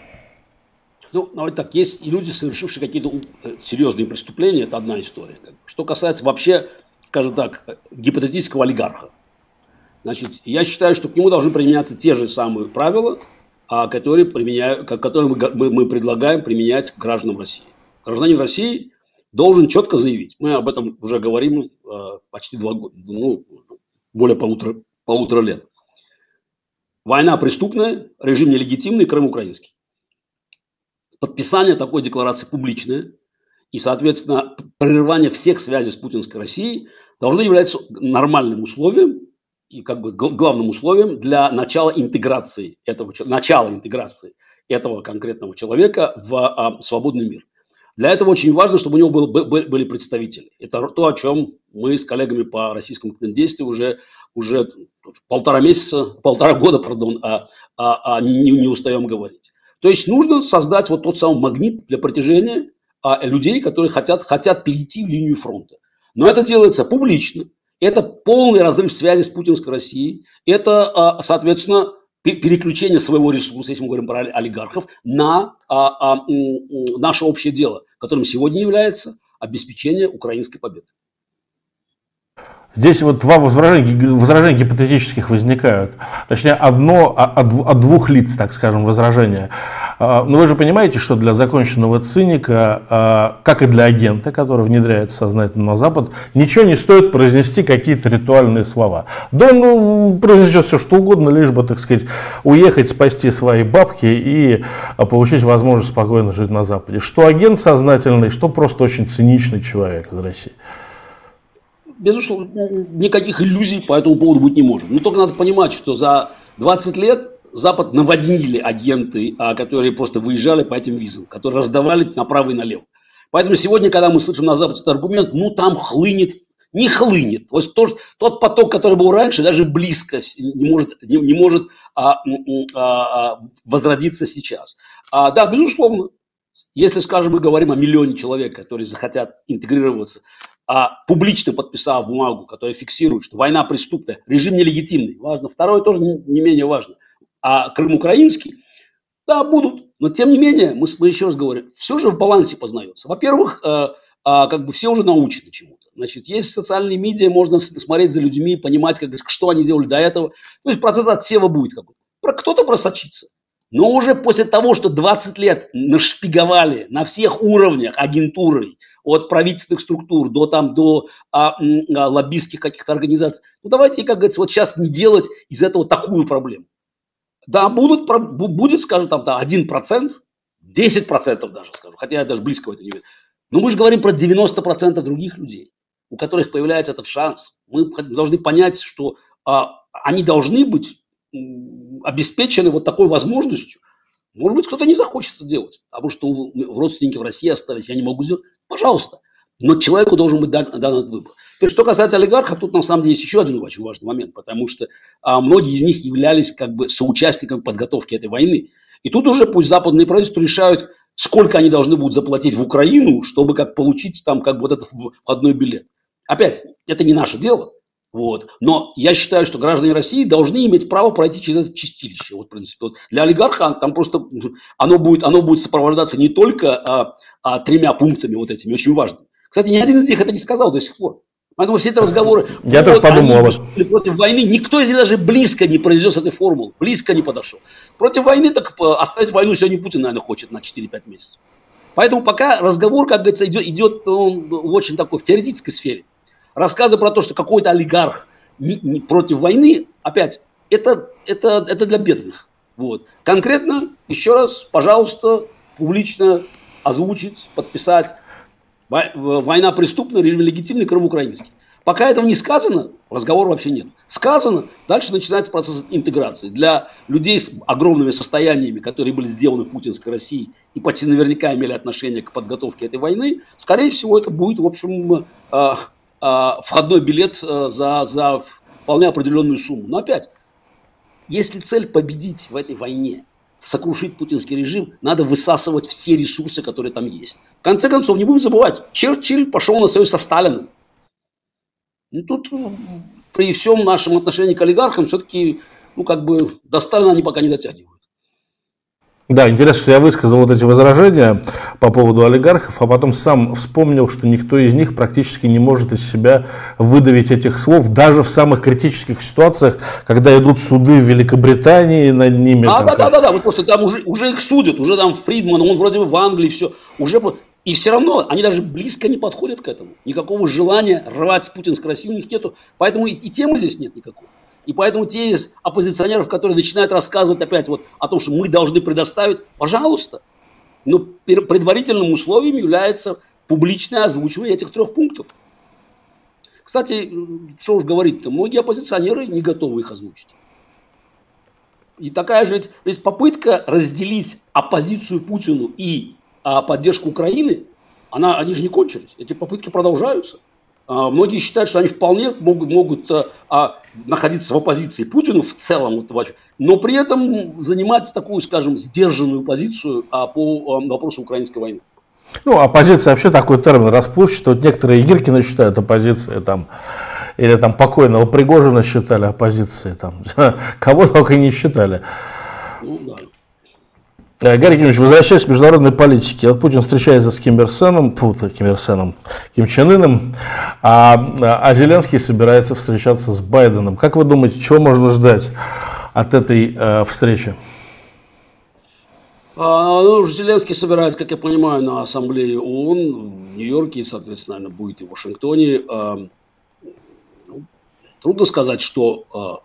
Так, есть и люди, совершившие какие-то серьезные преступления, это одна история. Что касается вообще, скажем так, гипотетического олигарха. Значит, я считаю, что к нему должны применяться те же самые правила, которые мы предлагаем применять гражданам России. Гражданин России должен четко заявить, мы об этом уже говорим почти 2 года, более полутора лет. Война преступная, режим нелегитимный, Крым украинский. Подписание такой декларации публичное и, соответственно, прерывание всех связей с путинской Россией должно являться нормальным условием и главным условием для начала интеграции этого конкретного человека в свободный мир. Для этого очень важно, чтобы у него были представители. Это то, о чем мы с коллегами по российскому действию уже полтора года, не устаем говорить. То есть нужно создать вот тот самый магнит для притяжения людей, которые хотят перейти в линию фронта. Но это делается публично. Это полный разрыв связи с путинской Россией. Это, соответственно, переключение своего ресурса, если мы говорим про олигархов, на наше общее дело, которым сегодня является обеспечение украинской победы. Здесь вот 2 возражения гипотетических возникают. Точнее, одно от 2 лиц, так скажем, возражения. Но вы же понимаете, что для законченного циника, как и для агента, который внедряется сознательно на Запад, ничего не стоит произнести какие-то ритуальные слова. Да он произнесет все, что угодно, лишь бы, так сказать, уехать, спасти свои бабки и получить возможность спокойно жить на Западе. Что агент сознательный, что просто очень циничный человек из России. Безусловно, никаких иллюзий по этому поводу быть не может. Но только надо понимать, что за 20 лет Запад наводнили агенты, которые просто выезжали по этим визам, которые раздавали направо и налево. Поэтому сегодня, когда мы слышим на Западе этот аргумент, там хлынет, не хлынет. Вот тот поток, который был раньше, даже близко не может возродиться сейчас. Да, безусловно, если, скажем, мы говорим о миллионе человек, которые захотят интегрироваться, публично подписав бумагу, которая фиксирует, что война преступная, режим нелегитимный, важно. Второе тоже не менее важно. А Крым украинский, да, будут. Но тем не менее, мы еще раз говорим, все же в балансе познается. Во-первых, все уже научены чему-то. Значит, есть социальные медиа, можно смотреть за людьми, понимать, что они делали до этого. То есть процесс отсева будет какой-то. Кто-то просочится. Но уже после того, что 20 лет нашпиговали на всех уровнях агентурой, от правительственных структур до лоббистских каких-то организаций, ну давайте, как говорится, вот сейчас не делать из этого такую проблему. Да, будет, скажем, там 1%, 10% даже, скажу, хотя я даже близко в это не верю. Но мы же говорим про 90% других людей, у которых появляется этот шанс. Мы должны понять, что они должны быть обеспечены вот такой возможностью. Может быть, кто-то не захочет это делать, потому что родственники в России остались, я не могу сделать. Пожалуйста. Но человеку должен быть дан этот выбор. Теперь, что касается олигархов, тут на самом деле есть еще один очень важный момент, потому что многие из них являлись как бы соучастниками подготовки этой войны. И тут уже пусть западные правительства решают, сколько они должны будут заплатить в Украину, чтобы как получить там как бы вот этот входной билет. Опять, это не наше дело. Вот. Но я считаю, что граждане России должны иметь право пройти через это чистилище. Вот, в принципе, вот для олигарха там просто оно будет сопровождаться не только 3 пунктами вот этими, очень важными. Кстати, ни один из них это не сказал до сих пор. Поэтому все эти разговоры я тоже подумал об этом. Против войны, никто из них даже близко не произнес этой формулы, близко не подошел. Против войны, так оставить войну сегодня Путин, наверное, хочет на 4-5 месяцев. Поэтому пока разговор, как говорится, идет в очень такой в теоретической сфере. Рассказы про то, что какой-то олигарх не против войны, опять, это для бедных. Вот. Конкретно, еще раз, пожалуйста, публично озвучить, подписать. Война преступна, режим легитимный, Крым украинский. Пока этого не сказано, разговора вообще нет. Сказано, дальше начинается процесс интеграции. Для людей с огромными состояниями, которые были сделаны в путинской России и почти наверняка имели отношение к подготовке этой войны, скорее всего, это будет, в общем, входной билет за вполне определенную сумму. Но опять, если цель победить в этой войне, сокрушить путинский режим, надо высасывать все ресурсы, которые там есть. В конце концов, не будем забывать, Черчилль пошел на союз со Сталиным. Ну, тут при всем нашем отношении к олигархам все-таки, до Сталина они пока не дотягивают. Да, интересно, что я высказал вот эти возражения по поводу олигархов, а потом сам вспомнил, что никто из них практически не может из себя выдавить этих слов, даже в самых критических ситуациях, когда идут суды в Великобритании над ними. Да, вот просто там уже их судят, уже там Фридман, он вроде бы в Англии, все, уже... И все равно они даже близко не подходят к этому. Никакого желания рвать с путинской России у них нету, поэтому и темы здесь нет никакой. И поэтому те из оппозиционеров, которые начинают рассказывать опять вот о том, что мы должны предоставить, пожалуйста. Но предварительным условием является публичное озвучивание этих 3 пунктов. Кстати, что уж говорить-то, многие оппозиционеры не готовы их озвучить. И такая же ведь попытка разделить оппозицию Путину и поддержку Украины, они же не кончились. Эти попытки продолжаются. Многие считают, что они вполне могут находиться в оппозиции Путину в целом, но при этом занимать такую, скажем, сдержанную позицию по вопросу украинской войны. Ну, оппозиция вообще такой термин расплывчатый. Вот некоторые Гиркина считают оппозицией, или покойного Пригожина считали оппозицией, кого только не считали. Ну, да. Гарри Кимович, возвращаясь к международной политике, вот Путин встречается с Ким Чен Ыном, а Зеленский собирается встречаться с Байденом. Как вы думаете, чего можно ждать от этой встречи? Зеленский собирает, как я понимаю, на ассамблее ООН в Нью-Йорке и, соответственно, наверное, будет и в Вашингтоне. Трудно сказать, что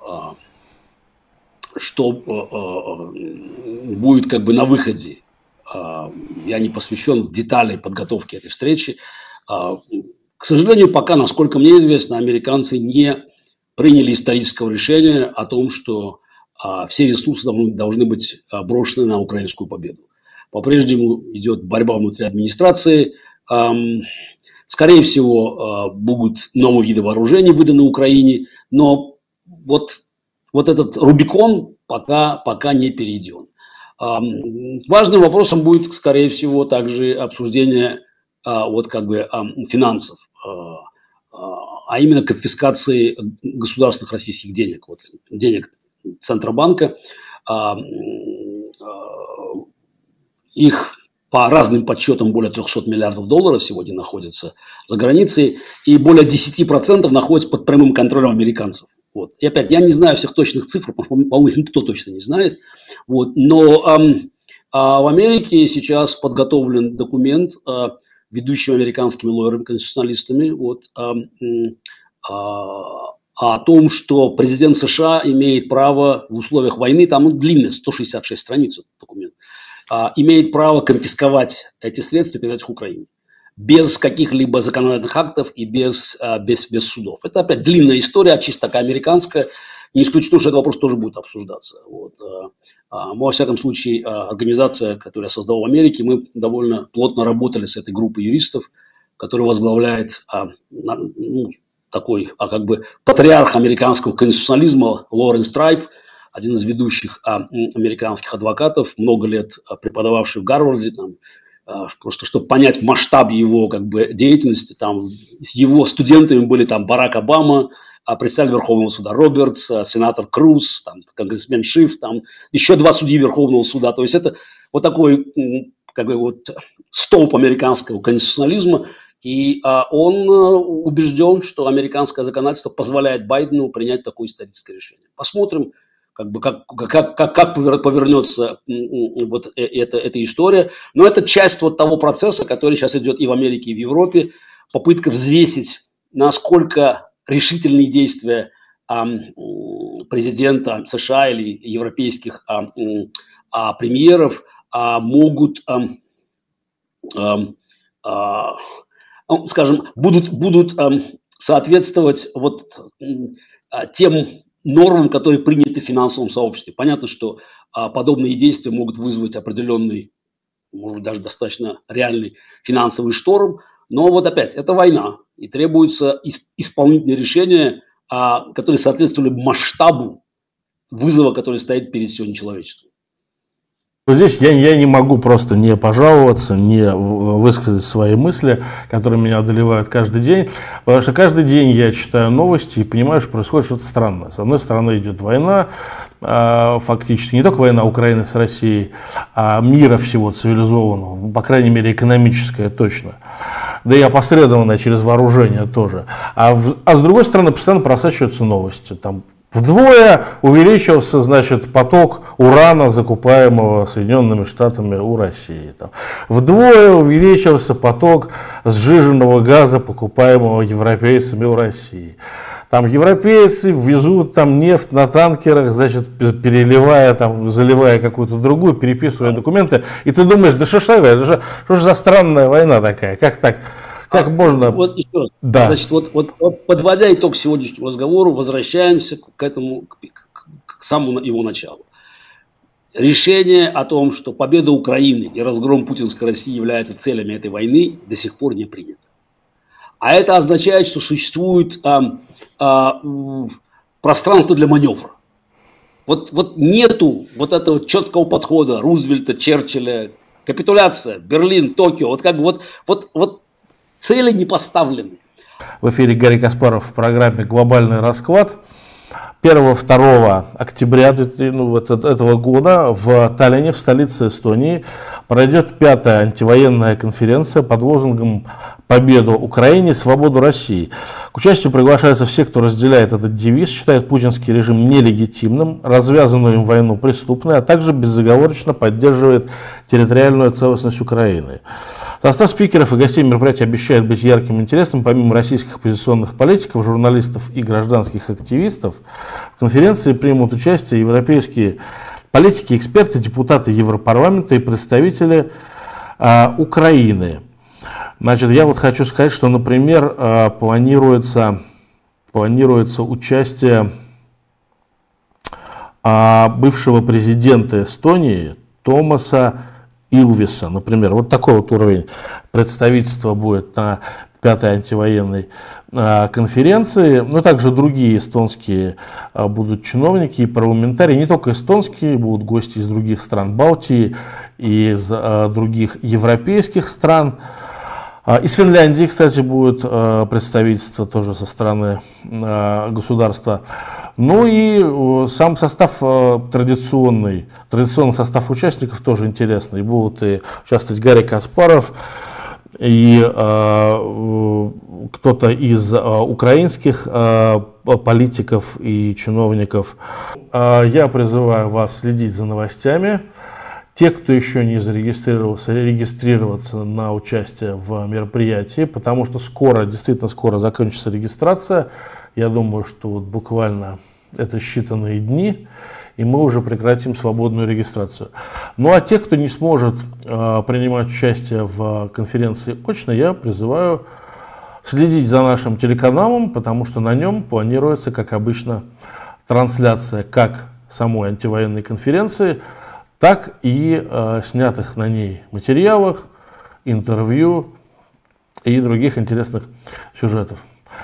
будет на выходе. Я не посвящен в детали подготовки этой встречи. К сожалению, пока, насколько мне известно, американцы не приняли исторического решения о том, что все ресурсы должны быть брошены на украинскую победу. По-прежнему идет борьба внутри администрации. Скорее всего, будут новые виды вооружений выданы Украине, но вот этот Рубикон пока не перейден. Важным вопросом будет, скорее всего, также обсуждение финансов, а именно конфискации государственных российских денег, денег Центробанка. Их по разным подсчетам более 300 миллиардов долларов сегодня находятся за границей, и более 10% находятся под прямым контролем американцев. Вот. И опять, я не знаю всех точных цифр, по-моему, их никто точно не знает. Вот. Но в Америке сейчас подготовлен документ ведущими американскими лоерами-конституционалистами вот, о том, что президент США имеет право в условиях войны, там длинный, 166 страниц документ, имеет право конфисковать эти средства и передать их Украине. Без каких-либо законодательных актов и без судов. Это опять длинная история, чисто такая американская. Не исключено, что этот вопрос тоже будет обсуждаться. Вот. Мы, во всяком случае, организация, которую я создал в Америке, мы довольно плотно работали с этой группой юристов, которую возглавляет такой как бы патриарх американского конституционализма Лоренс Трайб, один из ведущих американских адвокатов, много лет преподававший в Гарварде, там, просто чтобы понять масштаб его как бы деятельности, там с его студентами были там Барак Обама, представитель Верховного суда Робертс, сенатор Круз, там, конгрессмен Шиф, там еще 2 судьи Верховного суда. То есть это вот такой как бы вот столб американского конституционализма. И он убежден, что американское законодательство позволяет Байдену принять такое историческое решение. Посмотрим, как повернется вот эта история. Но это часть вот того процесса, который сейчас идет и в Америке, и в Европе. Попытка взвесить, насколько решительные действия президента США или европейских премьеров могут, скажем, будут соответствовать вот тем нормам, которые приняты в финансовом сообществе. Понятно, что подобные действия могут вызвать определенный, может быть, даже достаточно реальный финансовый шторм. Но вот опять, это война, и требуется исполнительные решения, которые соответствовали масштабу вызова, который стоит перед сегодня человечеством. Здесь я не могу просто не пожаловаться, не высказать свои мысли, которые меня одолевают каждый день, потому что каждый день я читаю новости и понимаю, что происходит что-то странное. С одной стороны идет война, фактически не только война Украины с Россией, а мира всего цивилизованного, по крайней мере экономическая точно, да и опосредованная через вооружение тоже. А с другой стороны постоянно просачиваются новости, там вдвое увеличился, значит, поток урана, закупаемого Соединенными Штатами у России. Там. Вдвое увеличился поток сжиженного газа, покупаемого европейцами у России. Там европейцы везут там нефть на танкерах, значит, переливая, там, заливая какую-то другую, переписывая документы. И ты думаешь, да что ж такое, это что ж за странная война такая, как так? Как можно? Вот еще раз. Да. Значит, вот подводя итог сегодняшнему разговору, возвращаемся к самому его началу. Решение о том, что победа Украины и разгром путинской России являются целями этой войны, до сих пор не принято. А это означает, что существует пространство для маневра. Вот нету вот этого четкого подхода Рузвельта, Черчилля, капитуляция, Берлин, Токио, вот как бы вот цели не поставлены. В эфире Гарри Каспаров в программе «Глобальный расклад». 1-2 октября этого года в Таллине, в столице Эстонии, пройдет 5-я антивоенная конференция под лозунгом «Победу Украине, свободу России». К участию приглашаются все, кто разделяет этот девиз, считает путинский режим нелегитимным, развязанную им войну преступной, а также безоговорочно поддерживает территориальную целостность Украины. Состав спикеров и гостей мероприятия обещает быть ярким и интересным. Помимо российских оппозиционных политиков, журналистов и гражданских активистов, в конференции примут участие европейские политики, эксперты, депутаты Европарламента и представители Украины. Значит, я вот хочу сказать, что, например, планируется участие бывшего президента Эстонии Томаса Илвеса, например. Вот такой вот уровень представительства будет на 5-й антивоенной конференции. Но также другие эстонские будут чиновники и парламентарии. Не только эстонские, будут гости из других стран Балтии, из других европейских стран. Из Финляндии, кстати, будет представительство тоже со стороны государства. Ну и сам состав традиционный состав участников тоже интересный. Будут и участвовать Гарри Каспаров, и кто-то из украинских политиков и чиновников. Я призываю вас следить за новостями. Те, кто еще не зарегистрировался, регистрироваться на участие в мероприятии, потому что действительно скоро закончится регистрация. Я думаю, что вот буквально это считанные дни, и мы уже прекратим свободную регистрацию. Ну а те, кто не сможет принимать участие в конференции очно, я призываю следить за нашим телеканалом, потому что на нем планируется, как обычно, трансляция как самой антивоенной конференции, так и снятых на ней материалов, интервью и других интересных сюжетов.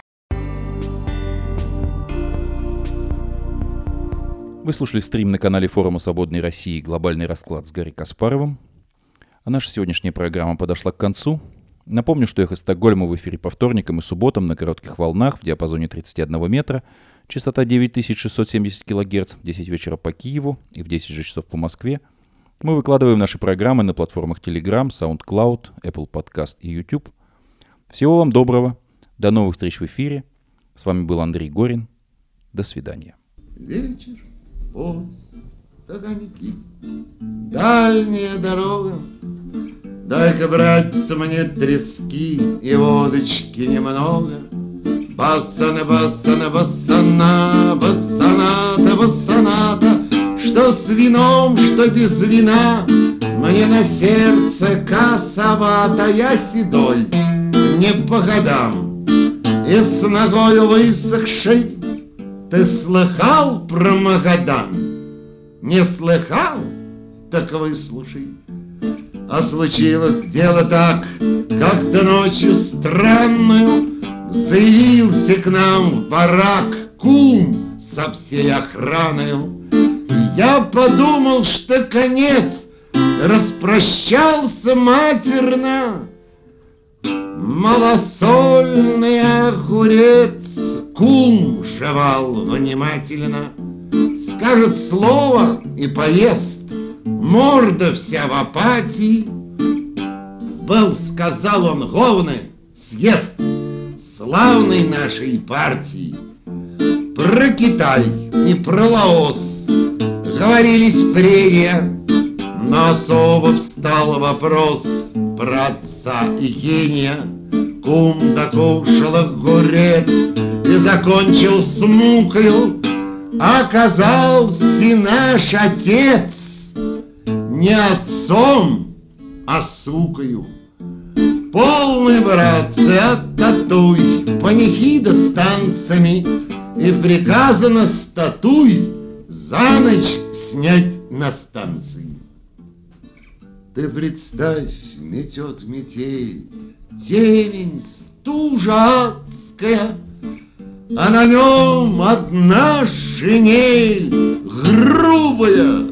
Вы слушали стрим на канале форума «Свободной России. Глобальный расклад» с Гарри Каспаровым. А наша сегодняшняя программа подошла к концу. Напомню, что «Эхо Стокгольма» в эфире по вторникам и субботам на коротких волнах в диапазоне 31 метра, частота 9670 кГц, в 10 вечера по Киеву и в 10 же часов по Москве. Мы выкладываем наши программы на платформах Telegram, SoundCloud, Apple Podcast и YouTube. Всего вам доброго. До новых встреч в эфире. С вами был Андрей Горин. До свидания. Вечер, поезд, огоньки, дальняя дорога. Дай-ка, братцы, мне трески и водочки немного. Бассана, бассана, бассана, бассаната, бассаната. Что с вином, что без вина, мне на сердце косовато. Я седой, не по годам, и с ногою высохшей. Ты слыхал про Магадан? Не слыхал? Так выслушай. А случилось дело так, как-то ночью странную заявился к нам в барак кум со всей охраною. Я подумал, что конец, распрощался матерно. Малосольный огурец кум жевал внимательно. Скажет слово и поест, морда вся в апатии. Был, сказал он, говны, съест славной нашей партии. Про Китай и про Лаос говорились прения, но особо встал вопрос про отца и гения. Кум докушал огурец и закончил с мукою. Оказался наш отец не отцом, а сукою. Полный, братцы, оттатуй панихида с танцами, и приказано статуй за ночь снять на станции. Ты представь, метет метель, темень, стужа адская, а на нем одна шинель, грубая,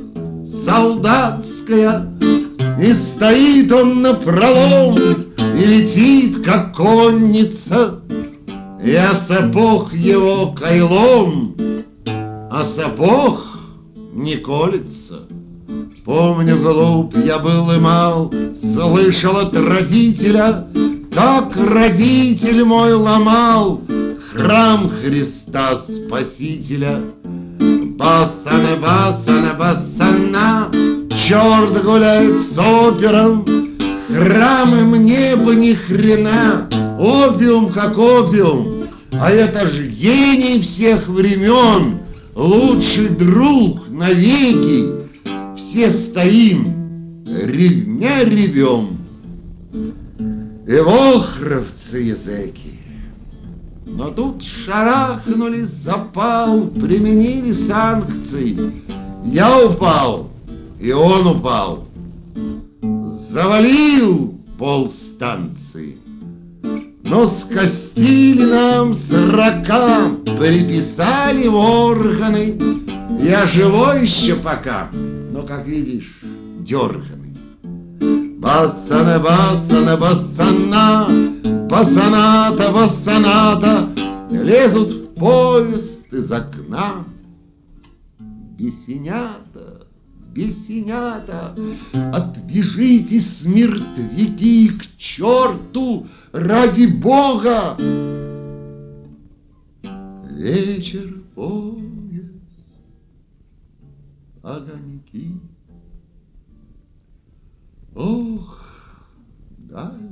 солдатская. И стоит он напролом, и летит, как конница, и сапог его кайлом, а сапог не колется. Помню, глуп я был и мал, слышал от родителя, как родитель мой ломал храм Христа Спасителя. Бассана, бассана, бассана, черт гуляет с опером, храмом небо ни хрена, опиум как опиум, а это ж гений всех времен, лучший друг навеки. Все стоим, ревмя ревем, и вохровцы языки. Но тут шарахнули запал, применили санкции. Я упал, и он упал. Завалил полстанции. Но скостили нам 40, приписали в органы. Я живой еще пока, но, как видишь, дерганый. Бассана, бассана, бассана, бассаната, бассаната, лезут в поезд из окна. Бесенята, бесенята, отвяжитесь, мертвяки, к черту, ради Бога. вечер, поезд, огоньки. Ох, даль